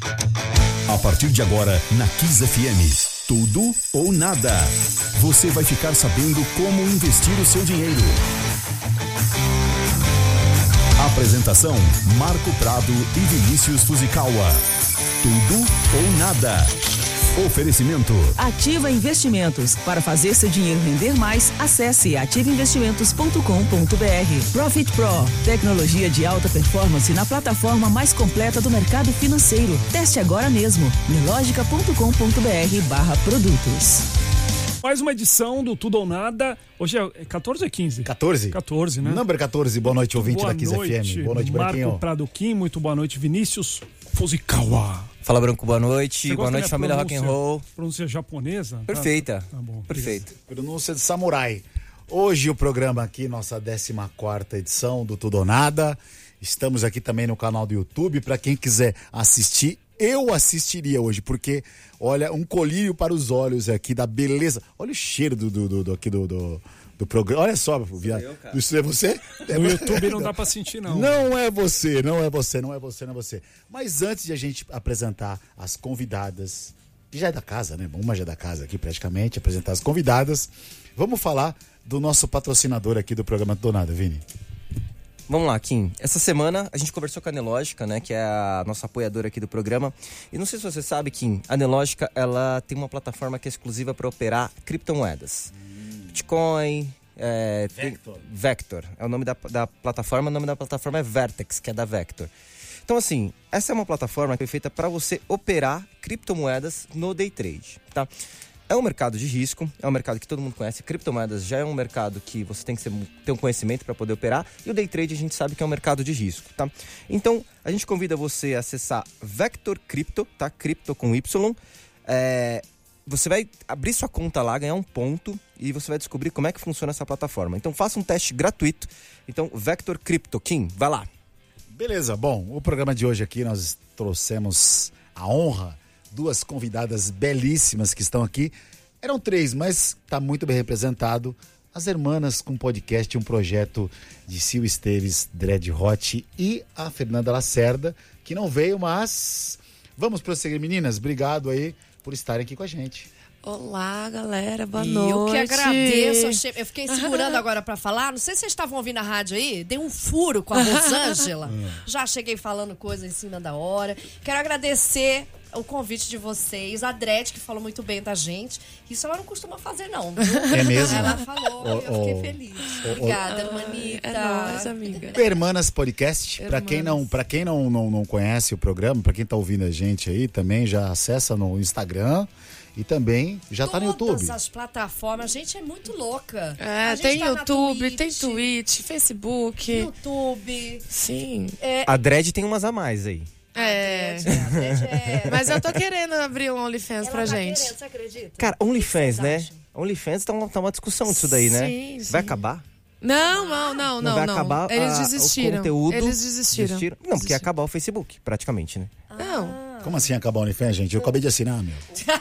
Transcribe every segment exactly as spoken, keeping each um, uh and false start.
A partir de agora, na Kiss F M, tudo ou nada. Você vai ficar sabendo como investir o seu dinheiro. Apresentação: Marco Prado e Vinícius Fuzikawa. Tudo ou nada. Oferecimento: Ativa Investimentos. Para fazer seu dinheiro render mais, acesse ativa investimentos ponto com ponto b r. Profit Pro, tecnologia de alta performance na plataforma mais completa do mercado financeiro. Teste agora mesmo. Nelogica ponto com ponto b r barra produtos. Mais uma edição do Tudo ou Nada. Hoje é quatorze ou quinze? quatorze? quatorze, né? Número quatorze. Boa noite, ouvinte boa da Kiss noite, F M. Boa noite, Marco Branquinho. Prado Kim, muito boa noite, Vinícius Fuzikawa. Fala, Branco, boa noite. Boa noite, família pronúncia, Rock and Roll. Pronúncia japonesa? Perfeita. Tá, tá bom. Perfeito. Pronúncia de samurai. Hoje o programa aqui, nossa décima quarta edição do Tudo ou Nada. Estamos aqui também no canal do YouTube. Para quem quiser assistir, eu assistiria hoje, porque, olha, um colírio para os olhos aqui da beleza. Olha o cheiro do, do, do, do aqui do... do... do programa. Olha só, via... eu, isso é você? É no YouTube não dá pra sentir, não. Não é você, não é você, não é você, não é você. Mas antes de a gente apresentar as convidadas, que já é da casa, né? Uma já é da casa aqui, praticamente, apresentar as convidadas, vamos falar do nosso patrocinador aqui do programa Tudo ou Nada, Vini. Vamos lá, Kim. Essa semana a gente conversou com a Nelogica, né, que é a nossa apoiadora aqui do programa. E não sei se você sabe, Kim, a Nelogica, ela tem uma plataforma que é exclusiva para operar criptomoedas. Hum. Bitcoin, é, Vector. Tem, Vector. É o nome da, da plataforma, o nome da plataforma é Vertex, que é da Vector. Então, assim, essa é uma plataforma que foi feita para você operar criptomoedas no day trade, tá? É um mercado de risco, é um mercado que todo mundo conhece. Criptomoedas já é um mercado que você tem que ser, ter um conhecimento para poder operar. E o day trade a gente sabe que é um mercado de risco, tá? Então, a gente convida você a acessar Vector Crypto, tá? Cripto com Y. É, você vai abrir sua conta lá, ganhar um ponto e você vai descobrir como é que funciona essa plataforma. Então, faça um teste gratuito. Então, Vector Crypto, Kim, vai lá. Beleza, bom, o programa de hoje aqui nós trouxemos a honra, duas convidadas belíssimas que estão aqui. Eram três, mas está muito bem representado. As Hermanas com podcast, um projeto de Sil Esteves, Dread Hot e a Fernanda Lacerda, que não veio, mas vamos prosseguir, meninas. Obrigado aí por estarem aqui com a gente. Olá, galera, boa e noite. Eu que agradeço. Eu fiquei segurando agora pra falar. Não sei se vocês estavam ouvindo a rádio aí. Dei um furo com a Rosângela. Já cheguei falando coisa em cima da hora. Quero agradecer o convite de vocês. A Dredd, que falou muito bem da gente. Isso ela não costuma fazer, não. Viu? É mesmo? Ela falou, oh, eu fiquei oh, feliz. Oh, Obrigada, oh, hermanita. É nóis, amiga. Hermanas Podcast, para quem não, para quem não, não, não conhece o programa, para quem tá ouvindo a gente aí, também já acessa no Instagram. E também já tá no YouTube. Todas as plataformas. A gente é muito louca. É, tem tá YouTube, tem Twitch, Facebook. YouTube. Sim. É... A Dredd tem umas a mais aí. É. A Dredd, a Dredd é... Mas eu tô querendo abrir um OnlyFans Ela pra tá gente. Querendo, você acredita? Cara, OnlyFans, né? OnlyFans tá uma, tá uma discussão disso daí, né? Sim, sim. Vai acabar? Não, não, não, não. vai não. acabar Eles a, desistiram. o conteúdo. Eles desistiram. desistiram? Não, porque ia acabar o Facebook, praticamente, né? Não. Como assim acabar o OnlyFans, gente? Eu acabei de assinar, meu.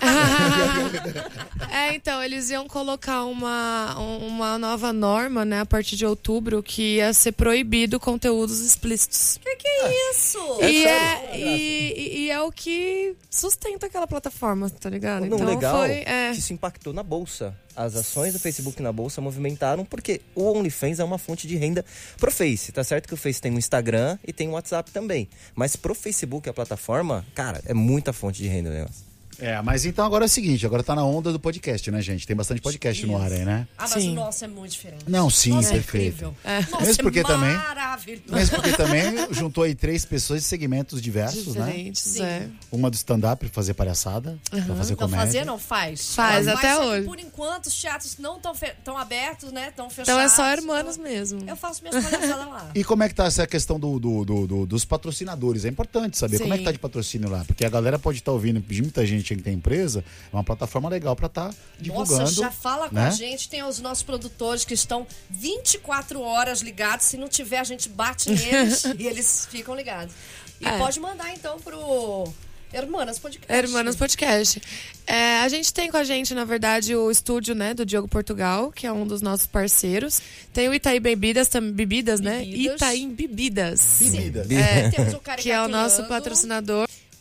É, então, eles iam colocar uma, uma nova norma, né, a partir de outubro, que ia ser proibido conteúdos explícitos. Que que é isso? É e, é, e, e é o que sustenta aquela plataforma, tá ligado? Não, então legal foi, é... que isso impactou na bolsa. As ações do Facebook na bolsa movimentaram porque o OnlyFans é uma fonte de renda pro Face. Tá certo que o Face tem um Instagram e tem um WhatsApp também. Mas pro Facebook, a plataforma, cara, é muita fonte de renda o negócio. É, mas então agora é o seguinte, agora tá na onda do podcast, né, gente? Tem bastante podcast no ar aí, né? Ah, mas Sim. o nosso é muito diferente. Não, sim, nosso perfeito. É incrível. É. Mesmo porque é também, maravilhoso. mesmo porque também juntou aí três pessoas de segmentos diversos, Diferentes, né? é. Uma do stand-up pra fazer palhaçada, uhum. pra fazer Não comédia. fazer, não faz. Faz, Mas até só que, hoje. Por enquanto, os teatros não estão fe- abertos, né? Estão fechados. Então é só hermanos mesmo. Eu faço minhas palhaçadas lá. E como é que tá essa questão do, do, do, do, dos patrocinadores? É importante saber Sim. como é que tá de patrocínio lá, porque a galera pode estar tá ouvindo, de muita gente que tem empresa, é uma plataforma legal pra estar tá divulgando. Nossa, já fala com né? a gente, tem os nossos produtores que estão vinte e quatro horas ligados, se não tiver a gente bate neles e eles ficam ligados. E É. pode mandar então pro Hermanas Podcast. Hermanas Podcast. É, a gente tem com a gente, na verdade, o estúdio, né, do Diogo Portugal, que é um dos nossos parceiros. Tem o Itaim Bebidas, tam, bebidas, né? Bebidas. Itaim Bebidas. Bebidas. É, Temos o que é o nosso Caricaturando. patrocinador.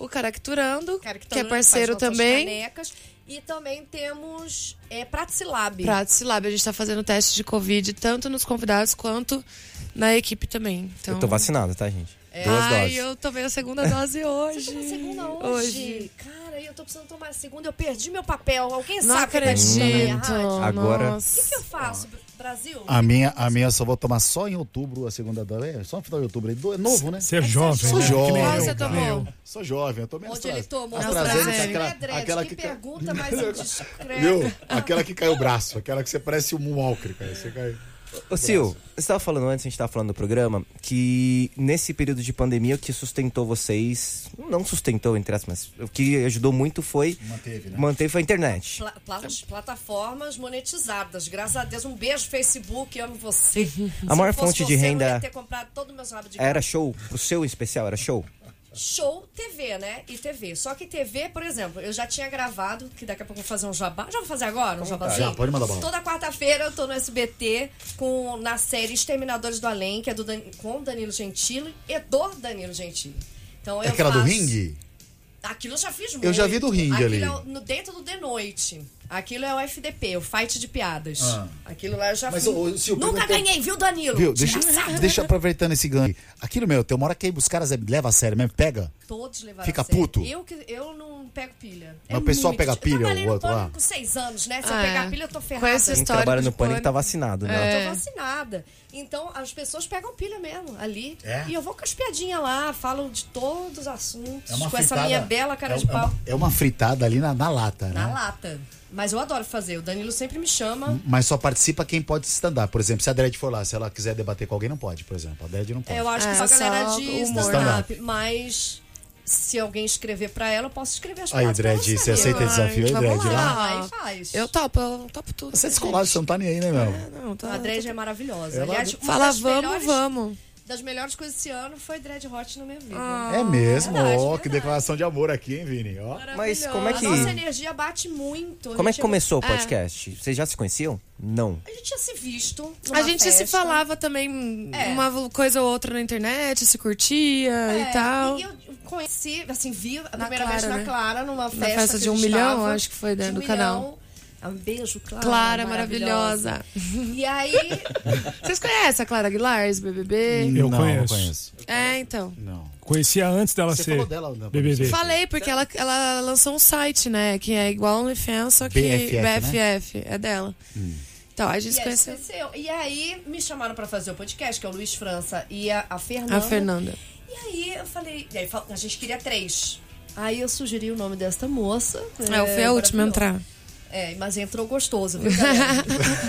o Caracturando, Caracturando, que é parceiro faz nossas também. canecas. E também temos é, Praticilab. Praticilab, a gente tá fazendo teste de Covid tanto nos convidados quanto na equipe também. Então... Eu tô vacinado, tá, gente? É. Duas Ai, doses. eu tomei a segunda dose hoje. Você tomou a segunda hoje? Hoje. Cara, eu tô precisando tomar a segunda, eu perdi meu papel. Alguém Não sabe que tá acredito. na minha rádio? Agora- O Nossa. que, que eu faço, Brasil? A minha, a minha eu só vou tomar só em outubro, a segunda dose. É, só no final de outubro. É novo, né? Você é jovem, Sou né? jovem. Que nem Qual eu, você cara. tomou? Sou jovem, eu tomei Onde Astra- ele tomou? AstraZeneca, AstraZeneca, aquela, É, Dredd, aquela que que, pergunta mais indiscreta. viu? Aquela que cai o braço, aquela que você parece um Moonwalker, cara. Você cai... Ô, Sil, você estava falando antes, a gente estava falando do programa, que nesse período de pandemia o que sustentou vocês, não sustentou, entre aspas, mas o que ajudou muito foi Manteve, né? manter foi a internet. Pla- pla- plataformas monetizadas. Graças a Deus. Um beijo, Facebook. Amo você. Se A maior fosse fonte de você, renda- Eu ia ter comprado todos os meus rabos de Era gato. show? O seu especial era show? Show, T V, né? E T V. Só que T V, por exemplo, eu já tinha gravado, que daqui a pouco eu vou fazer um jabá. Já vou fazer agora um jabazinho? Já, pode mandar bala. Toda quarta-feira eu tô no S B T com, na série Exterminadores do Além, que é do Dan, com Danilo Gentili e do Danilo Gentili. Então, É eu aquela do faço- ringue? Aquilo eu já fiz muito. Eu já vi do ringue Aquilo ali. É o- no, dentro do The Noite. Aquilo é o F D P, o Fight de Piadas. Ah. Aquilo lá eu já Mas, fiz. ô, ô, Sil, Nunca perguntei- ganhei, viu, Danilo? Viu? Deixa, Desgraçado. deixa aproveitando esse ganho. Aquilo, meu, tem uma hora que os caras é, levam a sério mesmo, pega. Todos levaram Fica a sério. puto? Eu, que- eu não pego pilha. Mas o pessoal muito pega difícil. pilha, Eu trabalhei o no outro lá? Pânico com seis anos, né? Se eu Ah, pegar é. pilha, eu tô Com ferrada. esse Quem histórico trabalha no de Pânico Pânico. tá vacinado, né? É. Eu tô vacinada. Então, as pessoas pegam pilha mesmo, ali. É? E eu vou com as piadinhas lá, falo de todos os assuntos, É uma com essa fritada- minha bela cara é, de é pau. uma, é uma fritada ali na, na lata, Na né? lata. Mas eu adoro fazer. O Danilo sempre me chama. Mas só participa quem pode stand-up. Por exemplo, se a Dredd for lá, se ela quiser debater com alguém, não pode, por exemplo. A Dredd não pode. Eu acho que É, só a galera só de o humor. stand-up. Mas se alguém escrever pra ela, eu posso escrever as Aí, piadas pra Dredd, você você. aceita esse desafio aí, Vamos Dredd? lá. Lá? Ah, aí faz. Eu topo, eu topo tudo. Você é né, descolado, você não tá nem aí, né, meu? gente? Não, tá, A Dredd é maravilhosa. Ela- Aliás, uma Fala, das vamos, melhores, vamos. das melhores coisas desse ano foi Dredd Hot na minha vida. É mesmo? Verdade, Ó, que verdade. declaração de amor aqui, hein, Vini? Ó. Mas como é A que- nossa energia bate muito. Como é que A gente- começou o podcast? Vocês já se conheciam? Não. A gente tinha se visto. A numa gente se festa. falava também É. uma coisa ou outra na internet, se curtia É, e tal. E eu conheci, assim, vi a Na primeira Clara, vez na né? Clara, numa festa. Na festa que de a um gente milhão, tava, acho que foi, né, de um do canal. milhão. Um beijo, Clara. Clara, maravilhosa. E aí, Vocês conhecem a Clara Aguilar, B B B? Eu não, conheço. não conheço. É, então. Não. Conhecia antes dela Você ser falou dela, né? B B B. Falei, porque ela, ela lançou um site, né? Que é igual ao OnlyFans, só que B F F, B F F, é dela. Então, a gente e, se aí, conheceu. conheceu. E aí, me chamaram pra fazer o podcast, que é o Luiz França e a, a Fernanda. A Fernanda. E aí, eu falei... E aí, fal- a gente queria três. Aí eu sugeri o nome desta moça. É, eu fui a última a maravilhosa. entrar. É, mas entrou gostoso, viu, galera?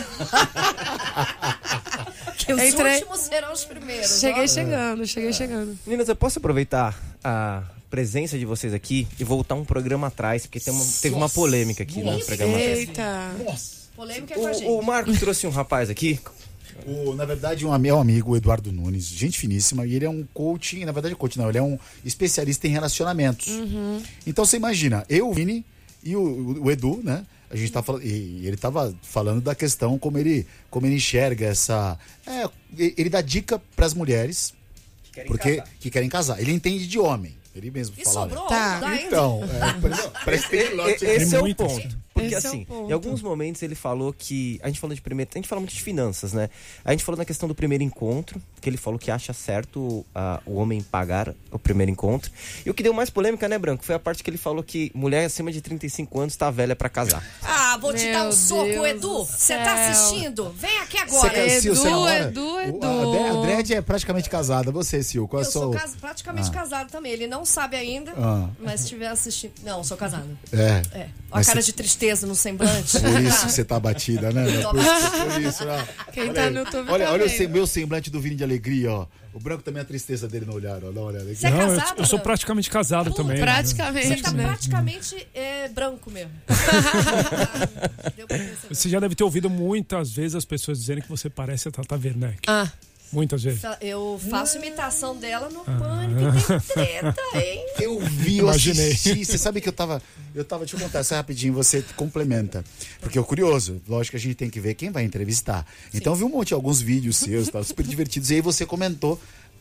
que os Entrei- últimos serão os primeiros. Cheguei ó. chegando, cheguei chegando. Meninas, eu posso aproveitar a presença de vocês aqui e voltar um programa atrás, porque tem uma- teve uma polêmica aqui no programa atrás. Eita. Polêmica é com a gente. O, o Marcos trouxe um rapaz aqui. O, na verdade, um meu amigo, o Eduardo Nunes, gente finíssima, e ele é um coaching, na verdade, coach não, ele é um especialista em relacionamentos. Então você imagina, eu, o Vini e o, o Edu, né? A gente tá falando, e ele tava falando da questão como ele, como ele enxerga essa. É, ele dá dica para as mulheres porque que querem casar. Ele entende de homem. Ele mesmo E fala. sobrou? Tá. Dá ainda? Então, é, parece- parece que tem lote E- aqui. Esse é o muitos. ponto. Porque Esse é o assim, ponto. em alguns momentos ele falou que. A gente falando de primeiro. A gente fala muito de finanças, né? A gente falou na questão do primeiro encontro, que ele falou que acha certo ah, o homem pagar o primeiro encontro. E o que deu mais polêmica, né, Branco? Foi a parte que ele falou que mulher acima de trinta e cinco anos tá velha pra casar. Ah, vou te Meu dar um soco, Deus Edu. do Você tá céu. assistindo? Vem aqui Você agora. quer- Sil, você Edu, namora? Edu, O- Edu. A Dre- a Dredd é praticamente casada. Você, Sil, qual é Eu a sua. sou cas- praticamente casado também. Ele não sabe ainda, Ah. mas se estiver assistindo... Não, sou casado. É. É. Olha a Mas cara você- de tristeza no semblante. Por isso que você tá batida, né? meu? Por, por isso, né? Quem Olha tá aí. no YouTube Olha, tá olha o vendo. sem- meu semblante do Vini de alegria, ó. O branco também, a tristeza dele no olhar, ó. Dá uma olhada aqui. Você é Não, eu, casado, eu sou Branco? praticamente casado Puta, também. né? Praticamente, Você tá né? praticamente é, branco mesmo. Deu pra perceber. Você já deve ter ouvido muitas vezes as pessoas dizerem que você parece a Tata Werneck. Ah, Muitas vezes. Eu faço imitação dela no Pânico e tem treta, hein? Eu vi, eu Imaginei. assisti. Você sabe que eu tava. Eu tava, deixa eu contar essa rapidinho, você complementa. Porque eu curioso, lógico que a gente tem que ver quem vai entrevistar. Então eu vi um monte, alguns vídeos seus, tá, super divertidos. E aí você comentou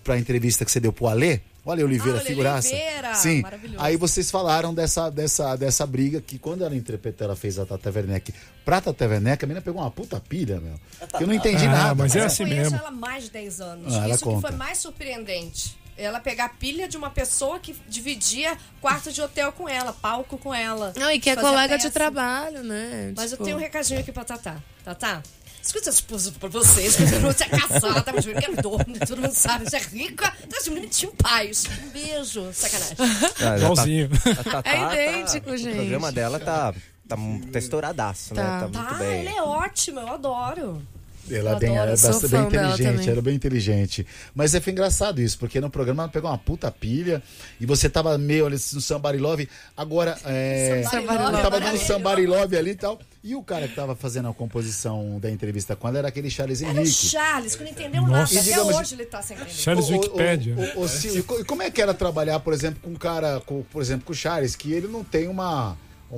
pra entrevista que você deu pro Alê. Olha, Oliveira, Ah, Ale figuraça. Oliveira, Sim. maravilhoso. Aí vocês falaram dessa, dessa, dessa briga que quando ela interpretou, ela fez a Tata Werneck pra Tata Werneck, a menina pegou uma puta pilha, meu. Que eu não entendi Ah, nada. mas é eu assim conheço mesmo. ela há mais de dez anos. Ah, ela Isso que conta. foi mais surpreendente. Ela pegar a pilha de uma pessoa que dividia quarto de hotel com ela, palco com ela. Não, e que é fazia colega peça. de trabalho, né? Mas Tipo, eu tenho um recadinho aqui pra Tatá. Tatá, escuta essa esposa pra vocês, que você é casada, mas eu quero dormir, todo mundo sabe, você é rica, então esse menino tinha um paz. Um beijo, sacanagem. Ah, Igualzinho. A Tatá É idêntico, tá, gente. O programa dela tá, tá, tá estouradaço, né? Tá. Tá muito Tá, bem. ela é ótima, eu adoro. Ela, é Eu bem, ela é adoro, sou bastante fã bem dela inteligente, também. ela é bem inteligente. Mas é foi engraçado isso, porque no programa ela pegou uma puta pilha e você tava meio ali no Somebody Love. Agora, é. Somebody Love, Ele tava dando maravilhoso. Somebody Love ali e tal. E o cara que tava fazendo a composição da entrevista com ela era aquele Charles Era o Henrique. Charles, que não entendeu Nossa. nada. E Até digamos- hoje ele tá sem entender. Charles Ô, ô, Wikipedia. ô, ô, ô, Sil, e co- e como é que era trabalhar, por exemplo, com um cara, com, por exemplo, com o Charles, que ele não tem uma.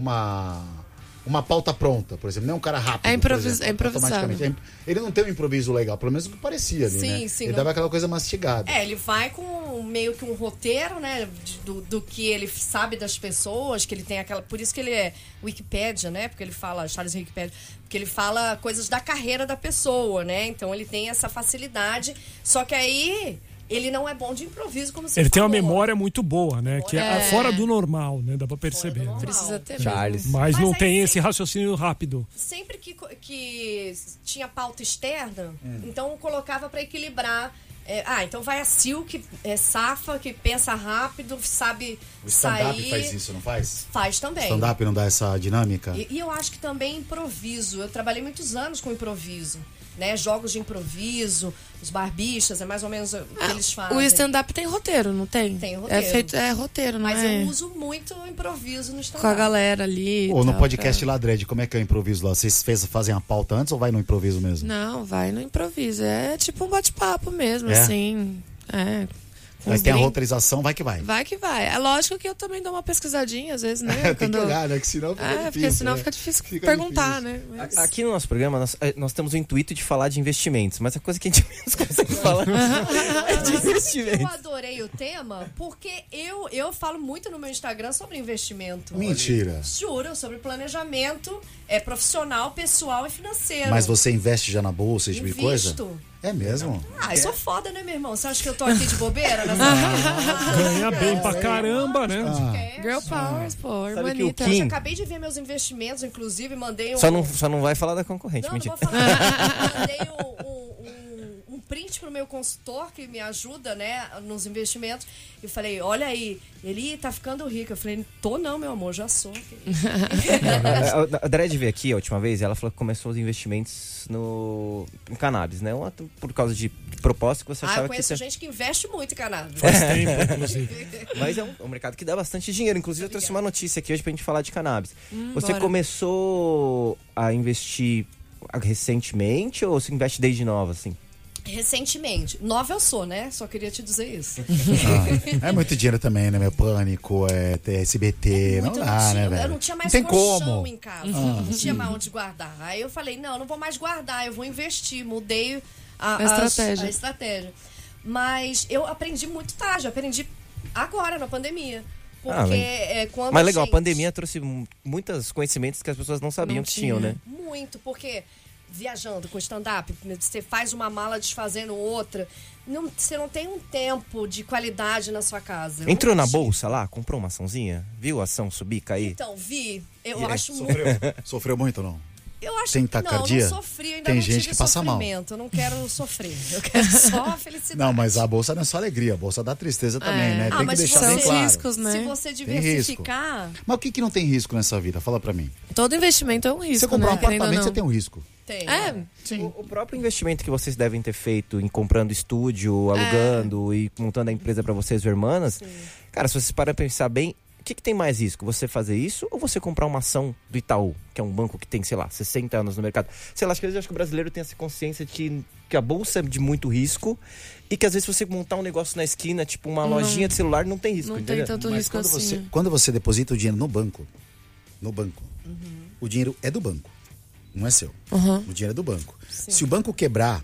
uma uma pauta pronta, por exemplo, não é um cara rápido. É improvis- por exemplo, é improvisado. automaticamente. É- Ele não tem um improviso legal, pelo menos o que parecia ali, Sim, né? sim, Ele não- dava aquela coisa mastigada. É, ele vai com meio que um roteiro, né, de- do, do que ele sabe das pessoas, que ele tem aquela... Por isso que ele é Wikipédia, né, porque ele fala, Charles Wikipédia, porque ele fala coisas da carreira da pessoa, né, então ele tem essa facilidade, só que aí ele não é bom de improviso, como você Ele tem uma falou. memória muito boa, né? Que é, É. fora do normal, né? Dá pra perceber. normal. Precisa ter Charles. Mas, Mas não aí tem sim. esse raciocínio rápido. Sempre que, co- que tinha pauta externa, Hum. então eu colocava pra equilibrar. É, ah, então vai a Sil, que é safa, que pensa rápido, sabe O stand-up sair. faz isso, não faz? Faz também. Stand-up não dá essa dinâmica? E, e eu acho que também improviso. Eu trabalhei muitos anos com improviso. Né? Jogos de improviso, os barbichas, é mais ou menos o que eles fazem. O stand-up tem roteiro, não tem? Tem roteiro. É feito, é roteiro, não Mas é? eu uso muito o improviso no stand-up. Com a galera ali. e Ou no tal, podcast pra- lá, Dredd, como é que é o improviso lá? Vocês fez, fazem a pauta antes ou vai no improviso mesmo? Não, vai no improviso. É tipo um bate-papo mesmo, É? assim. É. Com Aí os tem a gringos. roteirização, vai que vai. Vai que vai. É lógico que eu também dou uma pesquisadinha, às vezes, né? Tem Quando... que olhar, né? Que senão fica É, difícil. porque senão né? fica difícil Fica perguntar, difícil. né? Mas- Aqui no nosso programa, nós, eh, nós temos o intuito de falar de investimentos, mas a coisa que a gente menos consegue falar é de Eu investimentos. adorei o tema porque eu, eu falo muito no meu Instagram sobre investimento. Mentira. Juro, sobre planejamento é, profissional, pessoal e financeiro. Mas você investe já na bolsa, esse tipo de coisa? Invisto. É mesmo? Ah, eu sou foda, né, meu irmão? Você acha que eu tô aqui de bobeira nessa vida? Ganha bem pra caramba, né? É, Girl Powers, pô, Sabe que o hermanita. Kim- Eu acabei de ver meus investimentos, inclusive, mandei um... Só não, só não vai falar da concorrente, Não, não mentira. vou falar. Mandei um, um, um, um print pro meu consultor que me ajuda, né, nos investimentos. E falei, olha aí, ele tá ficando rico. Eu falei, tô não, meu amor, já sou. A, a, a Dredd veio aqui a última vez e ela falou que começou os investimentos no em cannabis, né? Uma, por causa de propósito que você Ah, eu achava que... conheço você- gente que investe muito em cannabis. Faz tempo, inclusive. Mas é um, é um mercado que dá bastante dinheiro. Inclusive, eu trouxe uma notícia aqui hoje pra gente falar de cannabis. você bora. começou a investir recentemente ou você investe desde nova, assim? Recentemente. Nova eu sou, né? Só queria te dizer isso. Ah, é muito dinheiro também, né? Meu Pânico, é ter S B T, Muito, não eu dá, tinha, né, velho? Eu não tinha mais não tem colchão como. em casa. não tinha mais onde guardar. Aí eu falei, não, eu não vou mais guardar, eu vou investir. Mudei a, A estratégia. a estratégia. Mas eu aprendi muito tarde, eu aprendi agora, na pandemia. Porque Ah, mas- é, quando Mas legal, gente- a pandemia trouxe m- muitos conhecimentos que as pessoas não sabiam Não que tinham, tinha. né? Muito, porque viajando com stand-up, você faz uma mala desfazendo outra. Não, você não tem um tempo de qualidade na sua casa. Eu Entrou não na tive. bolsa lá, comprou uma açãozinha, viu a ação subir, cair? Então, vi. Eu E aí, acho muito. Sofreu. Sofreu muito ou não? Eu acho Tem que não, taquicardia? não sofri, ainda Tem não gente tive que passa mal. sofrimento. Eu não quero sofrer. Eu quero só a felicidade. Não, mas a bolsa não é só alegria, a bolsa dá tristeza também, né? Ah, Tem que mas deixar você- bem São claro. riscos, né? Se você risco. diversificar, Mas o que, que não tem risco nessa vida? Fala pra mim. Todo investimento é um risco, você comprar né? um Querendo ou apartamento, não. você tem um risco. tem. É, O, o próprio investimento que vocês devem ter feito em comprando estúdio, alugando e montando a empresa pra vocês, irmãs, cara, se vocês param pra pensar bem, o que, que tem mais risco? Você fazer isso ou você comprar uma ação do Itaú, que é um banco que tem, sei lá, sessenta anos no mercado? Sei lá, acho que, eu acho que o brasileiro tem essa consciência de que, que a bolsa é de muito risco e que às vezes você montar um negócio na esquina, tipo uma lojinha de celular, não tem risco, não entendeu? tem tanto Mas risco quando assim. você, né? quando você deposita o dinheiro no banco, no banco, o dinheiro é do banco, não é seu. Uhum. O dinheiro é do banco. Se o banco quebrar,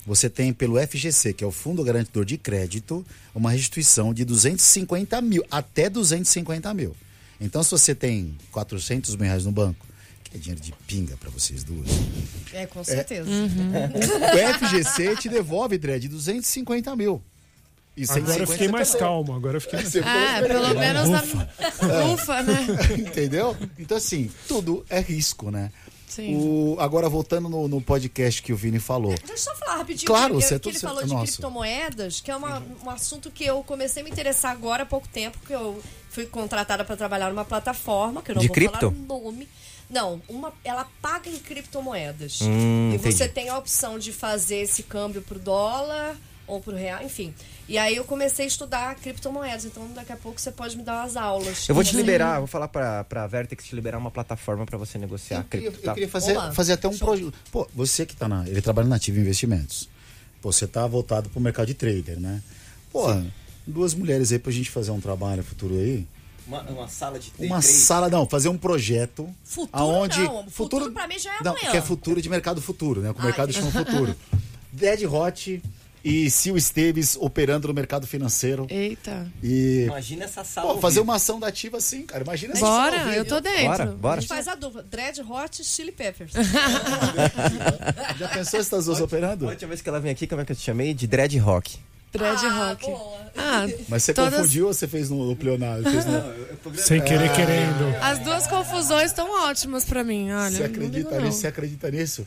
você tem pelo F G C, que é o Fundo Garantidor de Crédito, uma restituição de duzentos e cinquenta mil, até duzentos e cinquenta mil. Então, se você tem quatrocentos mil reais no banco, que é dinheiro de pinga para vocês duas. É, com certeza. É, uhum. O F G C te devolve, Dredd, duzentos e cinquenta mil. E agora eu fiquei mais calmo, agora eu fiquei mais calmo. Ah, pelo menos ufa. Na... ufa, né? Entendeu? Então, assim, tudo é risco, né? Sim. O, agora, voltando no, no podcast que o Vini falou. Deixa eu só falar rapidinho. Claro, que, você eu, é que ele tudo falou certo. de Nossa. criptomoedas, que é uma, um assunto que eu comecei a me interessar agora há pouco tempo, porque eu fui contratada para trabalhar numa plataforma, que eu não De vou cripto? falar o nome. Não, uma, ela paga em criptomoedas. Hum, e entendi. você tem a opção de fazer esse câmbio pro dólar ou pro real, enfim. E aí eu comecei a estudar criptomoedas, então daqui a pouco você pode me dar umas aulas. Eu vou te Você- liberar, vou falar pra, pra Vertex te liberar uma plataforma pra você negociar Eu queria, cripto. eu Tá? queria fazer, Olá. fazer até um Show. projeto. Pô, você que tá na. Ele trabalha na Ativa Investimentos. Pô, você tá voltado pro mercado de trader, né? Pô, duas mulheres aí pra gente fazer um trabalho futuro aí. Uma, uma sala de Uma sala, não, fazer um projeto. Futuro aonde, não, futuro pra mim já é não, amanhã. que é futuro de mercado futuro, né? O Ah, mercado entendi. chama futuro. Dead Hot e Sil Esteves operando no mercado financeiro. Eita. E. Imagina essa sala. Pô, ao fazer vivo. uma ação da Ativa assim, cara. Imagina essa Bora, sala ao eu vivo. tô dentro. Bora, A bora. gente faz a dupla, Dread Hot e Chili Peppers. Já pensou essas duas operando? A última vez que ela veio aqui, como é que eu te chamei? De Dread Rock. Dread Ah, Rock. boa. Ah, Mas você todas- confundiu ou você fez no, no plenário? Fez no... Sem querer, querendo. As duas confusões estão ótimas pra mim, olha. Você não acredita ligo, não. nisso? Você acredita nisso?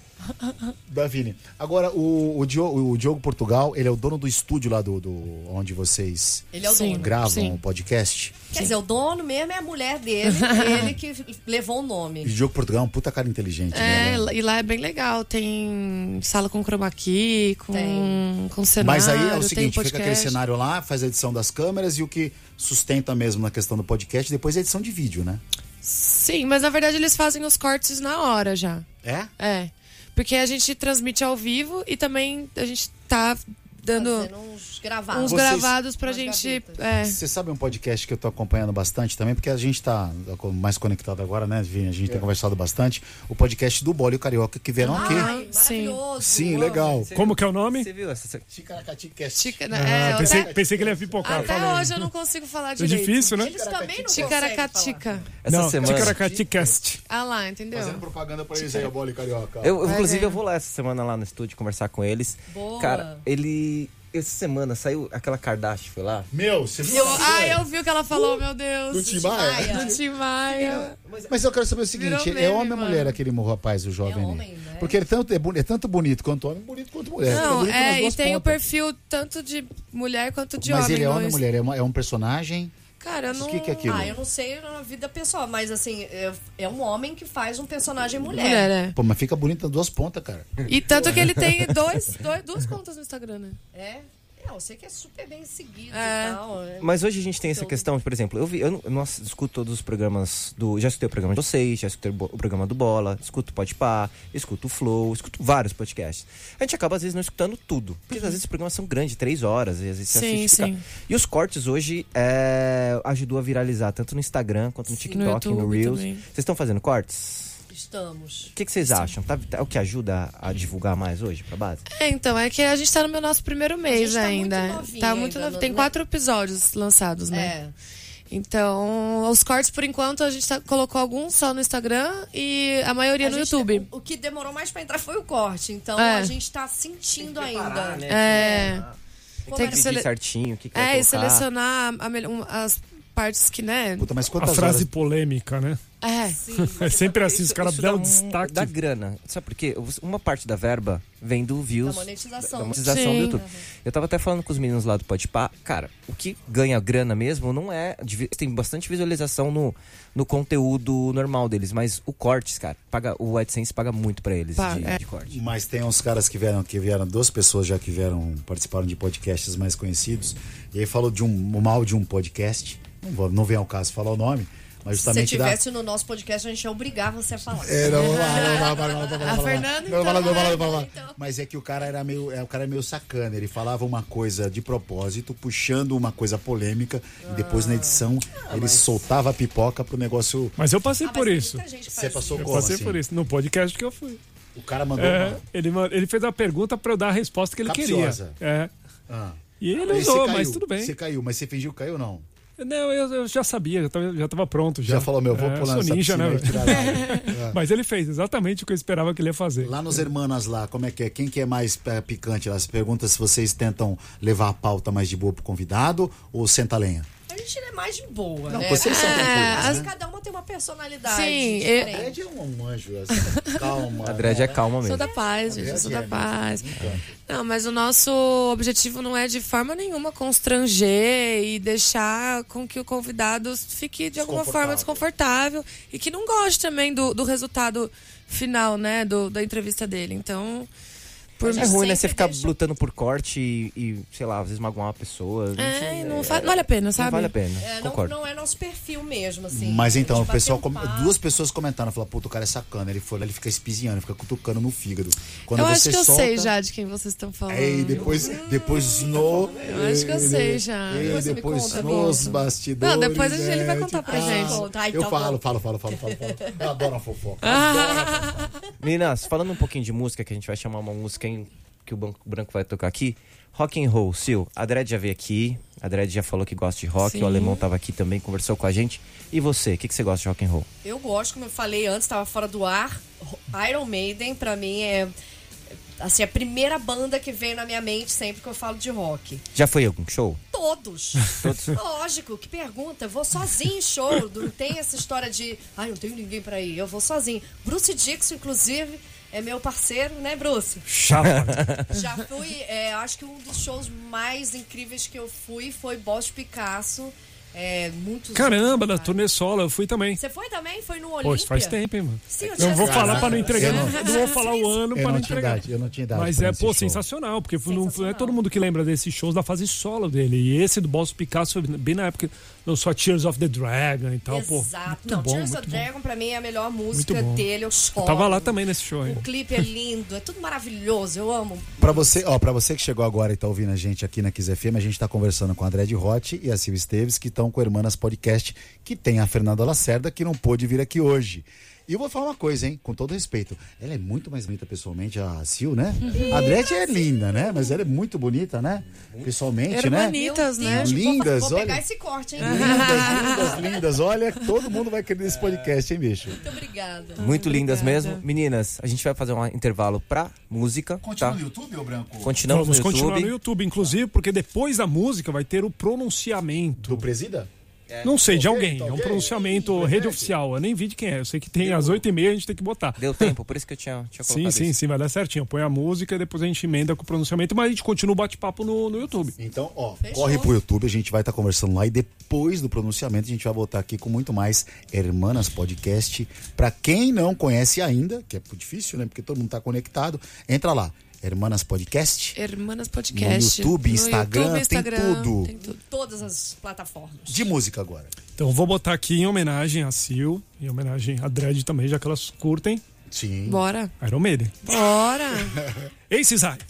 Davine. Agora, o, o, Diogo, o Diogo Portugal, ele é o dono do estúdio lá do, do onde vocês Ele é o Sim. dono. gravam Sim. o podcast. Quer dizer, o dono mesmo é a mulher dele, ele que levou o E nome. o Diogo Portugal é um puta cara inteligente, É, né? e lá é bem legal. Tem sala com chroma key, com, Tem. com cenário. Mas aí é o tem seguinte, fica podcast. aquele cenário lá, faz a edição das câmeras e o que sustenta mesmo na questão do podcast, depois a edição de vídeo, né? Sim, mas na verdade eles fazem os cortes na hora já. É? É. Porque a gente transmite ao vivo e também a gente tá dando Fazendo uns gravados. uns Vocês- gravados pra Umas gente. gavetas. É. Você sabe um podcast que eu tô acompanhando bastante também, porque a gente tá mais conectado agora, né, Vini? A gente tem conversado bastante. O podcast do Bola e o Carioca que vieram aqui. Ai, Sim. maravilhoso. Sim, amo. legal. Como que é o nome? Você viu essa? Ticaracatecast. Chica, Ah, é, pensei, até, pensei que ele ia pipocar. até falando. hoje eu não consigo falar É direito. difícil, né? Eles também não conseguem Ticaracatica. Essa Não, semana. Ticaracaticast. Ah lá, entendeu? Fazendo propaganda pra eles aí, o Bola e Carioca. Eu, Vai inclusive, ver. eu vou lá essa semana lá no estúdio conversar com eles. Boa. Cara, ele. Essa semana saiu aquela Kardashian, foi lá? Meu, você viu? Eu, ah, eu vi o que ela falou, meu Deus. Do Tim Maia? Do Tim Maia. Mas eu quero saber o seguinte, Virou é meme, homem ou mano. mulher aquele rapaz, o jovem? É ali? homem, né? Porque ele tanto é, boni- é tanto bonito quanto homem, bonito quanto mulher. Não, bonito nas é, e duas tem o pontas. perfil tanto de mulher quanto de Mas homem. ele é no homem ou Insta- mulher? É, uma- é um personagem? Cara, eu não... O que, que é aquilo? Ah, eu não sei na vida pessoal, mas assim, é, é um homem que faz um personagem mulher. Mulher, é. Pô, mas fica bonito nas duas pontas, cara. E tanto que ele tem dois, dois, duas contas no Instagram, né? É? É, eu sei que é super bem seguido É. e tal. é. Mas hoje a gente tem essa Então- questão, por exemplo, eu vi, eu, não- eu não escuto todos os programas do. Já escutei o programa de vocês, já escutei o bo- o programa do Bola, escuto o Podpah, escuto o Flow, escuto vários podcasts. A gente acaba às vezes não escutando tudo. Porque às vezes os programas são grandes, três horas, e às vezes você Sim, assiste fica- sim. E os cortes hoje é, ajudou a viralizar, tanto no Instagram quanto no Sim. TikTok, No no, YouTube Reels. também. Vocês estão fazendo cortes? Estamos. O que, que vocês acham? Tá, tá- é o que ajuda a divulgar mais hoje pra base? É, então, é que a gente tá no meu nosso primeiro mês gente tá ainda. muito novinha tá muito ainda, novo. Tem né? quatro episódios lançados, né? É. Então, os cortes, por enquanto, a gente tá- colocou alguns só no Instagram e a maioria A no gente- YouTube. O, o que demorou mais pra entrar foi o corte. Então É. a gente tá sentindo ainda. É, Como Tem é- que Pedir sele- certinho, o que, que vai é e colocar. selecionar a mel- um- as partes que, né? Puta, mas A quantas frase horas... polêmica, né? É. Sim. É sempre assim, os Isso- caras isso dão dá um- destaque. Da grana. Sabe por quê? Uma parte da verba vem do views. Da monetização. Da monetização Sim. do YouTube. Eu tava até falando com os meninos lá do Podpah. Cara, o que ganha grana mesmo não é... Tem bastante visualização no, no conteúdo normal deles. Mas o cortes, cara, paga, o AdSense paga muito pra eles Paga, de, é. de corte. Mas tem uns caras que vieram, que vieram, duas pessoas já que vieram, participaram de podcasts mais conhecidos. E aí falou de um o mal de um podcast. Não, vou, não vem ao caso falar o nome, mas Se você justamente dá... tivesse no nosso podcast, a gente ia obrigar você a falar. É, não, não, não, não, não, não, não, não, A não, Fernanda, não, então, não, não, não, né? não, não. Então. Mas é que o cara era meio, é, o cara é meio sacana. Ele falava uma coisa de propósito, puxando uma coisa polêmica, e depois na edição ele soltava a pipoca pro negócio. Mas eu passei Ah, por mas tem isso. muita gente que Você faz passou isso. Eu como, passei assim? por isso. No podcast que eu fui. O cara mandou É, uma... ele, ma- ele fez uma pergunta pra eu dar a resposta que ele Capciosa. queria. É. Ah. E ele Aí você usou, caiu, mas tudo bem. Você caiu, mas você fingiu que caiu ou não? Não, eu, eu já sabia, já tava, já tava pronto. Já, Já falou, meu, vou é, pular sou nessa ninja, piscina né? e tirar água. Mas ele fez exatamente o que eu esperava que ele ia fazer. Lá nos Hermanas lá, como é que é? Quem que é mais é, picante? Elas perguntam se vocês tentam levar a pauta mais de boa pro convidado ou senta a lenha. A gente é mais de boa, Não, né? vocês são É, tranquilos, mas né? cada uma tem uma personalidade Sim, A diferente. Dredd é um anjo, assim, calma. A Dredd é calma Sou mesmo. da paz, gente, eu sou da É, paz. então. Não, mas o nosso objetivo não é de forma nenhuma constranger e deixar com que o convidado fique de alguma forma desconfortável e que não goste também do, do resultado final, né, do, da entrevista dele. Então, por É ruim, né? sempre Você ficar deixa- lutando por corte e, e, sei lá, às vezes magoar uma pessoa. É, não, fa- não vale a pena, Não sabe? vale a pena, É, não, concordo. não é nosso perfil mesmo, assim. Mas então, A o gente pessoal, bateu um come- papo. duas pessoas comentaram, falaram, puta, o cara é sacana. Ele foi lá, ele fica espizinhando, ele fica cutucando no fígado. Quando Eu você acho que eu solta, sei já de quem vocês estão falando. É, e depois, depois no. Eu acho que eu sei já. E Depois você me depois conta, nos Bruno. bastidores. Não, depois a gente- ele vai né, contar pra de- gente. Conta, ai, Eu tá falo, bom. falo, falo, falo, falo, falo. Eu adoro a fofoca. Adoro a fofoca. Meninas, falando um pouquinho de música, que a gente vai chamar uma música em- que o Banco Branco vai tocar aqui. Rock and roll, Sil. A Dredd já veio aqui, a Dredd já falou que gosta de rock, Sim. o Alemão tava aqui também, conversou com a gente. E você, o que, que você gosta de rock and roll? Eu gosto, como eu falei antes, estava fora do ar. Iron Maiden, pra mim, é assim, a primeira banda que vem na minha mente sempre que eu falo de rock. Já foi algum show? Todos. Todos? Lógico, que pergunta. Eu vou sozinho em show. Não tem essa história de, ai, não tenho ninguém pra ir. Eu vou sozinho. Bruce Dixon, inclusive, é meu parceiro, né, Bruce? Chapa. Já fui, é, acho que um dos shows mais incríveis que eu fui foi Boss Picasso. É, muitos Caramba, anos da atrás. turnê solo, eu fui também. Você foi também? Foi no Olímpia? Poxa, faz tempo, hein, mano. Sim, eu Não tinha vou essa- falar pra não entregar. Eu Não, não- não vou falar o ano Eu pra não não tinha entregar. idade, eu não tinha idade Mas pra é, esse pô, show. sensacional, porque não, não é Sensacional. todo mundo que lembra desses shows da fase solo dele. E esse do Boss Picasso, bem na época, lançou a Tears of the Dragon e tal, pô. Exato. Muito Não, bom, Tears of muito the bom. Dragon pra mim é a melhor música Muito bom. dele. Eu choro. Eu tava lá também nesse show aí. O clipe é lindo, é tudo maravilhoso. Eu amo. Pra você, ó, pra você que chegou agora e tá ouvindo a gente aqui na Kiss F M, a gente tá conversando com a Dredd Hot e a Sil Esteves, que estão com o Hermanas Podcast, que tem a Fernanda Lacerda, que não pôde vir aqui hoje. E eu vou falar uma coisa, hein, com todo respeito. Ela é muito mais bonita pessoalmente, a Sil, né? A Dredd é linda, né? Mas ela é muito bonita, né? Pessoalmente, né? Hermanitas, Meu né? Deus, Lindas, vou, vou pegar olha. esse corte, hein? Lindas, lindas, lindas. Olha, todo mundo vai querer esse podcast, hein, bicho? Muito obrigada. Muito lindas obrigada. mesmo. Meninas, a gente vai fazer um intervalo pra música, Continua tá? no YouTube, ô Branco? Continuamos Vamos no continuar YouTube. no YouTube, inclusive, porque depois da música vai ter o pronunciamento. Do Presida? Não sei, de Ok, alguém. tá É um ok. pronunciamento Presente. rede oficial. Eu nem vi de quem é. Eu sei que tem às oito e meia, a gente tem que botar. Deu tempo, por isso que eu tinha, tinha Sim, colocado sim, isso. sim, vai dar certinho. Põe a música e depois a gente emenda com o pronunciamento, mas a gente continua o bate-papo no, no YouTube. Então, ó, Fechou. corre pro YouTube, a gente vai estar conversando lá e depois do pronunciamento a gente vai voltar aqui com muito mais Hermanas Podcast. Pra quem não conhece ainda, que é difícil, né? Porque todo mundo tá conectado, entra lá, Hermanas Podcast. Hermanas Podcast. No YouTube, No Instagram, YouTube, tem Instagram, tudo. Tem tudo. Todas as plataformas. De música agora. Então eu vou botar aqui em homenagem a Sil, em homenagem a Dredd também, já que elas curtem Sim. Bora. Iron Maiden. Bora. Aces High.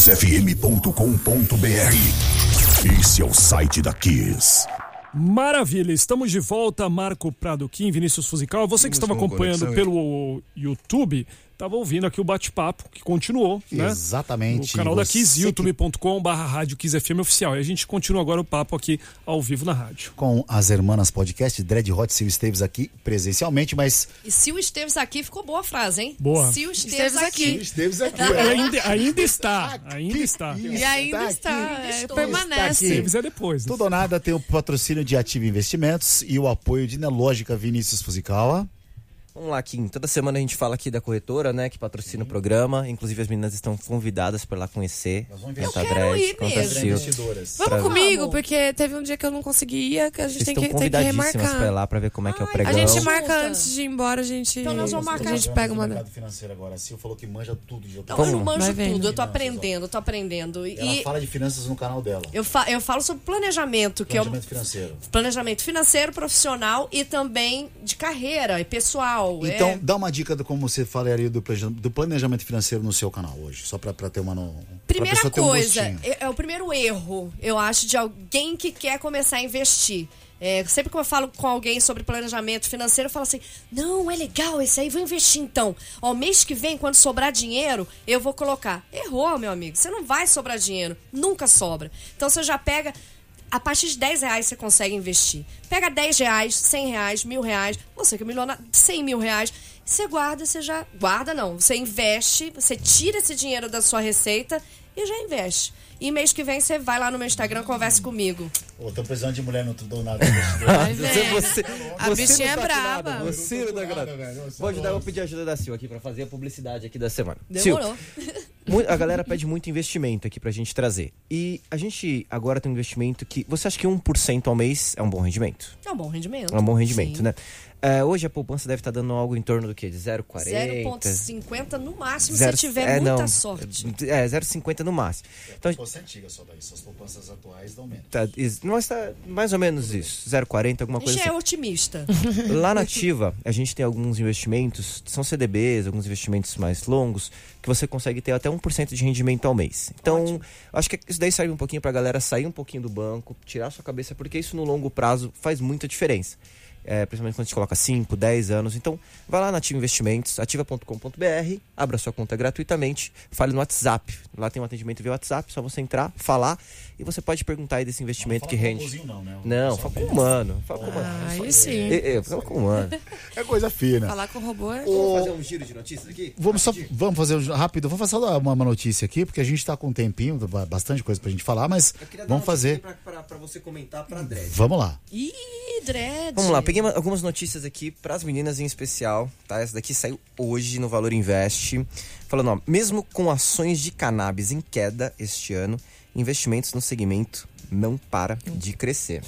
kiss f m ponto com ponto b r. Esse é o site da Kiss. Maravilha, estamos de volta, Marco Prado Kim, Vinícius Fusical. Você que estava acompanhando pelo YouTube, estava ouvindo aqui o bate-papo que continuou, né? Exatamente. No canal da Kiss, Você que- youtube ponto com barra rádio Kiss F M oficial. E a gente continua agora o papo aqui ao vivo na rádio. Com as Hermanas Podcast, Dread Hot, Sil Esteves aqui presencialmente, mas E se o Esteves aqui, ficou boa a frase, hein? Boa. Se o Esteves, Esteves aqui. aqui. Esteves aqui. ainda, ainda está, ainda está. E ainda está, aqui, é, estou. permanece. Está Esteves é depois. né? Tudo ou nada tem o patrocínio de Ativa Investimentos e o apoio de Nelógica Vinícius Fusicawa. Vamos lá, Kim. Toda semana a gente fala aqui da corretora, né? Que patrocina o programa. Inclusive as meninas estão convidadas para ir lá conhecer. vamos Tanto a quero Dredd ir quanto a mesmo. Sil. Investidoras. Vamos Pra- comigo, Vamos. porque teve um dia que eu não consegui ir, que a gente Vocês tem estão que, tem que convidadíssimas para ir remarcar. lá para ver como é que é o Ai, pregão. A gente Junta. marca antes de ir embora, a gente, Então nós vamos marcar. a gente pega uma... mercado financeiro agora. A Sil falou que manja tudo de Não, Vamos eu não lá. manjo Vai vendo. tudo, eu tô aprendendo, eu tô aprendendo. Ela E fala de finanças no canal dela. eu, fa eu falo sobre planejamento, que é Planejamento o financeiro. planejamento financeiro, profissional e também de carreira e pessoal. Então, é... dá uma dica de como você falaria do planeja- do planejamento financeiro no seu canal hoje, só pra, pra ter uma... No, pra Primeira pessoa ter um coisa, gostinho. é, é o primeiro erro, eu acho, de alguém que quer começar a investir. É, sempre que eu falo com alguém sobre planejamento financeiro, eu falo assim, não, é legal esse aí, vou investir então. Ó, mês que vem, quando sobrar dinheiro, eu vou colocar. Errou, meu amigo, você não vai sobrar dinheiro, nunca sobra. Então você já pega... A partir de dez reais você consegue investir. Pega dez reais, cem reais, mil reais, você que é milionário, cem mil reais. Você guarda, você já... Guarda não, você investe, você tira esse dinheiro da sua receita e já investe. E mês que vem você vai lá no meu Instagram, conversa comigo. Ô, tô precisando de mulher no Tudo ou Nada. Vai vendo. Você, A você bichinha não é tá com nada, brava. Você não tá com nada. Vou ajudar, vou pedir ajuda da Sil aqui pra fazer a publicidade aqui da semana. Demorou. Sil, mu- a galera pede muito investimento aqui pra gente trazer. E a gente agora tem um investimento que... Você acha que um por cento ao mês é um bom rendimento? É um bom rendimento. É um bom rendimento, Sim. né? É, hoje a poupança deve estar dando algo em torno do quê? De zero vírgula quarenta? zero vírgula cinquenta no máximo, Zero- se tiver é, muita não. sorte. É, zero vírgula cinquenta no máximo. Então, Você é antiga só daí, suas poupanças atuais dão menos. tá, is- mas tá mais ou menos isso. zero vírgula quarenta, alguma coisa Já é assim. otimista. Lá na Ativa, a gente tem alguns investimentos, são C D Bs, alguns investimentos mais longos, que você consegue ter até um por cento de rendimento ao mês. Então, acho que isso daí serve um pouquinho pra galera sair um pouquinho do banco, tirar a sua cabeça, porque isso no longo prazo faz muita diferença. É, principalmente quando a gente coloca cinco, dez anos. Então, vai lá na Ativa Investimentos, ativa ponto com ponto b r, abra sua conta gratuitamente, fale no WhatsApp. Lá tem um atendimento via WhatsApp, só você entrar, falar, e você pode perguntar aí desse investimento que rende. Não, né? Não, fala com o humano. Fala com o humano. Aí sim. É, é, fala com o humano. É coisa fina. Falar com o robô é... Vamos fazer um giro de notícias aqui? Vamos, só, vamos fazer um- rápido, vou fazer só uma, uma notícia aqui, porque a gente tá com um tempinho, bastante coisa pra gente falar, mas vamos fazer. Pra, pra, pra você comentar pra Dredd. Vamos lá. Ih, Dredd. Vamos lá, peguei uma- algumas notícias aqui pras meninas em especial, tá? Essa daqui saiu hoje no Valor Invest. Falando, ó, mesmo com ações de cannabis em queda este ano, investimentos no segmento não para de crescer.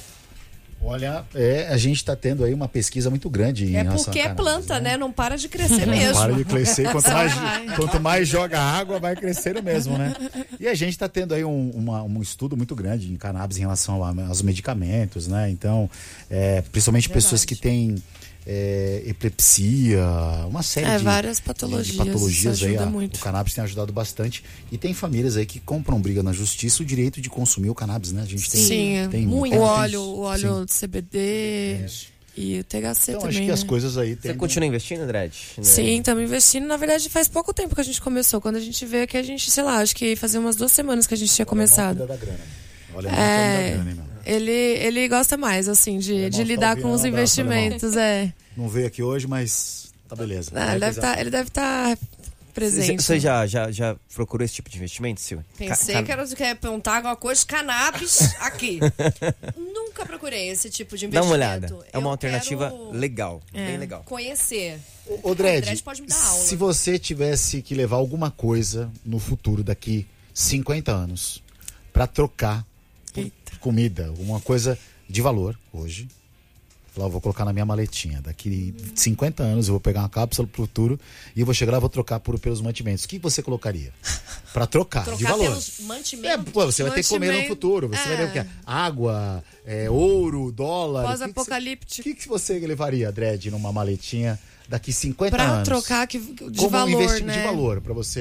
Olha, é, a gente tá tendo aí uma pesquisa muito grande em É relação porque a é cannabis, planta, né? Não para de crescer Não mesmo. para de crescer, quanto mais, vai. quanto mais joga água, vai crescendo mesmo, né? E a gente está tendo aí um, uma- um estudo muito grande em cannabis em relação a- aos medicamentos, né? Então, é, principalmente Verdade. pessoas que têm é, epilepsia, uma série É, de, várias de- patologias, de patologias isso aí. ajuda a- muito. O cannabis tem ajudado bastante. E tem famílias aí que compram briga na justiça o direito de consumir o cannabis, né? A gente tem, Sim, tem muito. tem- O tem- óleo, o óleo sim. de C B D e o T H C Então, também, acho que né? as coisas aí Você tem. continua investindo, Dredd? Né? Sim, estamos investindo. Na verdade, faz pouco tempo que a gente começou. Quando a gente vê que a gente, sei lá, acho que fazia umas duas semanas que a gente tinha começado. Da grana. Olha, É, da grana, hein, meu? ele, ele gosta mais, assim, de, Alemão, de tá lidar ouvindo? com os Um abraço, investimentos, é. Não veio aqui hoje, mas tá beleza. Ah, ele, deve tá, ele deve estar presente. Você já, já, já procurou esse tipo de investimento, Sil? Pensei Ca- que era que ia perguntar alguma coisa de cannabis aqui. Nunca procurei esse tipo de Dá investimento. uma olhada. É uma Eu alternativa quero legal, É. bem legal. Conhecer. Ô, Dredd, Dredd pode me dar aula. se você tivesse que levar alguma coisa no futuro, daqui cinquenta anos, pra trocar por Eita. comida, alguma coisa de valor hoje, lá eu vou colocar na minha maletinha. Daqui cinquenta anos eu vou pegar uma cápsula pro futuro e eu vou chegar lá e vou trocar por, pelos mantimentos. O que você colocaria? Pra trocar, de Trocar valor. pelos mantimentos. É, pô, você vai ter que comer no Mantimento, futuro. Você vai ter o quê? Água, é, ouro, dólar. O que que você- O Pós-apocalíptico. que, que você levaria, Dredd, numa maletinha daqui cinquenta Pra anos? trocar que, de Como valor, investir né? de valor, pra você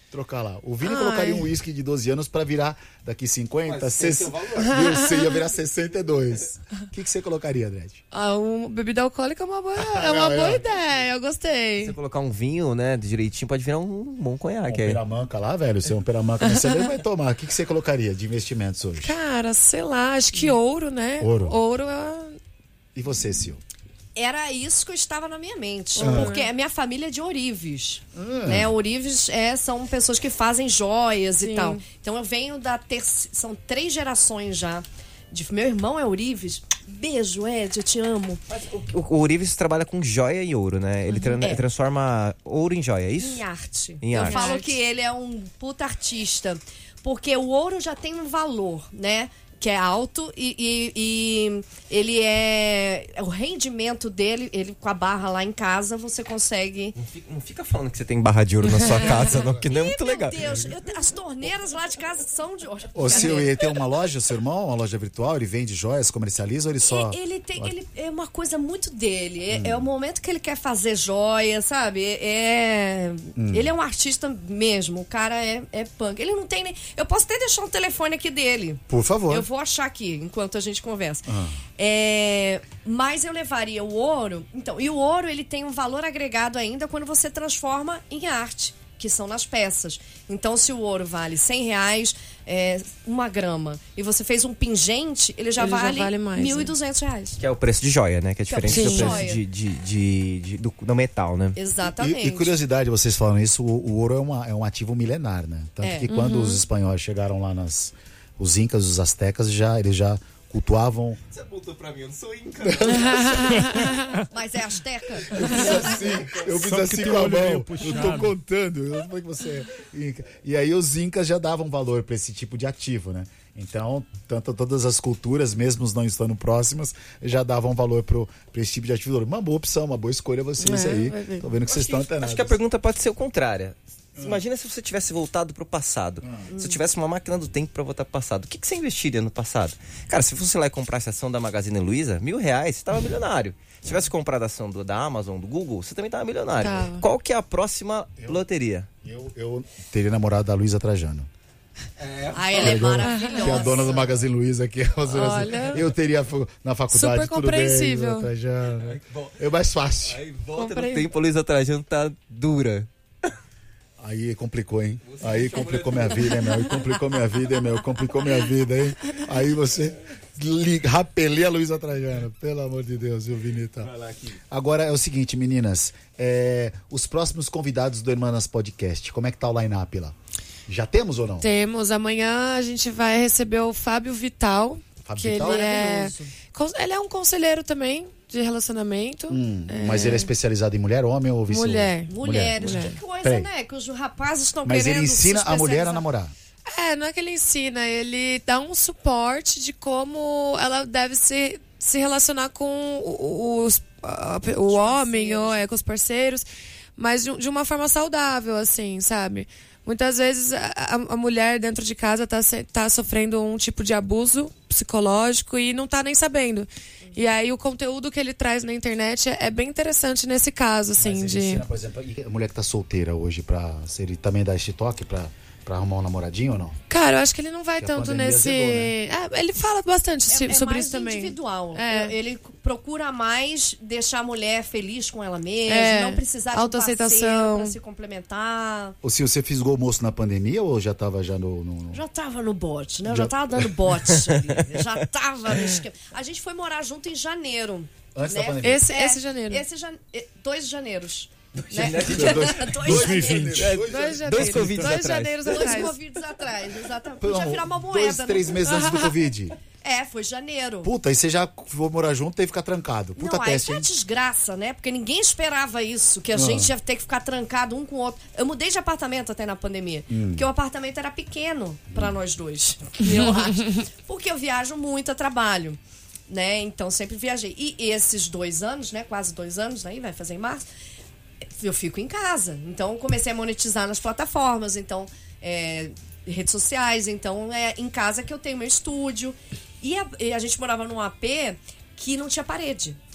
Trocar lá. O Vini Ai. colocaria um uísque de doze anos pra virar daqui cinquenta, Mas sessenta. tem seu valor. Você ia virar sessenta e dois. O que, que você colocaria, Dredd? Ah, um, bebida alcoólica é uma boa, é uma Não, boa é. ideia, eu gostei. Se você colocar um vinho, né, direitinho, pode virar um bom Um conhaque aí. peramanca lá, velho. Se é um peramanca, mas você nem vai tomar. O que, que você colocaria de investimentos hoje? Cara, sei lá, acho que ouro, né? Ouro. Ouro é... E você, Sil? Era isso que estava na minha mente. Ah. Porque a minha família é de Ourives. Né? Ourives é, são pessoas que fazem joias Sim. e tal. Então eu venho da terceira. São três gerações já. De, meu irmão é Ourives. Beijo, Ed, eu te amo. O, o Ourives trabalha com joia e ouro, né? Ele tra- É. transforma ouro em joia, é isso? Em arte. Em eu arte. falo Arte. que ele é um puta artista. Porque o ouro já tem um valor, né? Que é alto e, e- e ele é. O rendimento dele, ele com a barra lá em casa, você consegue. Não fica, não fica falando que você tem barra de ouro na sua casa, não, que não é muito Meu legal. Deus, eu te- as torneiras lá de casa são de ouro. O Sil, ele tem uma loja, seu irmão? Uma loja virtual? Ele vende joias, comercializa ou ele só... E- Ele tem, ele é uma coisa muito dele. É, é o momento que ele quer fazer joia, sabe? É, ele é um artista mesmo. O cara é, é punk. Ele não tem nem. Eu posso até deixar um telefone aqui dele. Por favor. Eu vou achar aqui enquanto a gente conversa. É, mas eu levaria o ouro. Então, e o ouro ele tem um valor agregado ainda quando você transforma em arte, que são nas peças. Então, se o ouro vale cem reais, é, uma grama, e você fez um pingente, ele já Ele já vale, vale mais, mil e né? duzentos reais. Que é o preço de joia, né? Que é Que é o diferente preço do de preço joia. de, de, de- de- do, do metal, né? Exatamente. E, e curiosidade, vocês falam isso, o, o ouro é, uma, é um ativo milenar, né? Tanto É. que quando os espanhóis chegaram lá nas... Os incas, os astecas, já, eles já cultuavam... Você apontou pra mim, eu não sou inca. Mas é asteca? Eu fiz Só porque assim tem com o a olho meio mão. Eu puxado. tô contando. Eu não sei que você é inca. E aí os incas já davam valor para esse tipo de ativo, né? Então, tanto todas as culturas, mesmo não estando próximas, já davam valor pro, pra esse tipo de ativo. Uma boa opção, uma boa escolha vocês É, aí. vai ver. Tô vendo que vocês estão antenados. Acho que a pergunta pode ser o contrário. Imagina se você tivesse voltado pro passado. Se eu tivesse uma máquina do tempo pra voltar pro passado. O que, que você investiria no passado? Cara, se fosse lá e comprasse a ação da Magazine Luiza, mil reais, você tava milionário. Se tivesse comprado a ação do, da Amazon, do Google, você também tava milionário. Tava. Qual que é a próxima loteria? Eu, eu teria namorado da Luísa Trajano. Ah, ela é maravilhosa. Que é a dona do Magazine Luiza aqui. Olha. Eu teria fu- na faculdade Super tudo bem, compreensível. Luísa Trajano. É mais fácil. Aí volta Comprei. no tempo, a Luiza Trajano tá dura. Aí complicou, hein? Aí complicou minha vida, hein, meu? Aí complicou minha vida, hein, meu? Complicou minha vida, hein? Aí você li- rapelei a Luísa Trajano. Pelo amor de Deus, viu, Vinita? Agora é o seguinte, meninas. é, os próximos convidados do Hermanas Podcast, como é que tá o line-up lá? Já temos ou não? Temos. Amanhã a gente vai receber o Fábio Vital. Fábio que Vital? ele é, Maravilhoso. cons- ele é um conselheiro também de relacionamento. Hum, Mas ele é especializado em mulher, homem ou vice Mulher. Mulheres, Mulher. que coisa, Peraí. né? Que os rapazes estão Mas querendo ele ensina se a mulher a especializar. namorar. É, não é que ele ensina, ele dá um suporte de como ela deve se, se relacionar com o- os, a- o homem ou é, com os parceiros, mas de, de uma forma saudável, assim, sabe? Muitas vezes a, a- a mulher dentro de casa tá, se- tá sofrendo um tipo de abuso psicológico e não tá nem sabendo. E aí o conteúdo que ele traz na internet é, é bem interessante nesse caso, assim, Mas ele de... ensina, por exemplo, e a mulher que tá solteira hoje, pra, se ele também dá esse toque pra, pra arrumar um namoradinho ou não? Cara, eu acho que ele não vai Que a tanto pandemia nesse... azedou, É, ele fala bastante É, é sobre mais isso também. individual. É. Ele procura mais deixar a mulher feliz com ela mesma, É. não precisar de um Autoaceitação. parceiro pra se complementar. Ou se você fisgou o moço na pandemia ou já tava já no... no- no- Já tava no bote, né? Eu Já- já tava dando bote ali. Já tava no esquema. A gente foi morar junto em janeiro. Antes da né? pandemia. Esse, É, esse janeiro. Esse jan... eh, Dois janeiros. Né? Dois- Dois dois mil e janeiros. vinte. Dois janeiros. Dois Covids Dois atrás. janeiros Dois atrás. Covids atrás, exatamente. Podia virar uma moeda. Dois, três né? meses antes do Covid. É, foi janeiro. Puta, aí você já foi morar junto e teve que ficar trancado. Puta Não, aí teste, foi uma hein? desgraça, né? Porque ninguém esperava isso, que a gente ia ter que ficar trancado um com o outro. Eu mudei de apartamento até na pandemia, porque o apartamento era pequeno pra nós dois, eu acho. Porque eu viajo muito a trabalho, né? Então sempre viajei. E esses dois anos, né? Quase dois anos, aí vai fazer em março, eu fico em casa. Então comecei a monetizar nas plataformas, então é, redes sociais, então é em casa que eu tenho meu estúdio. E a, e a gente morava num A P que não tinha parede.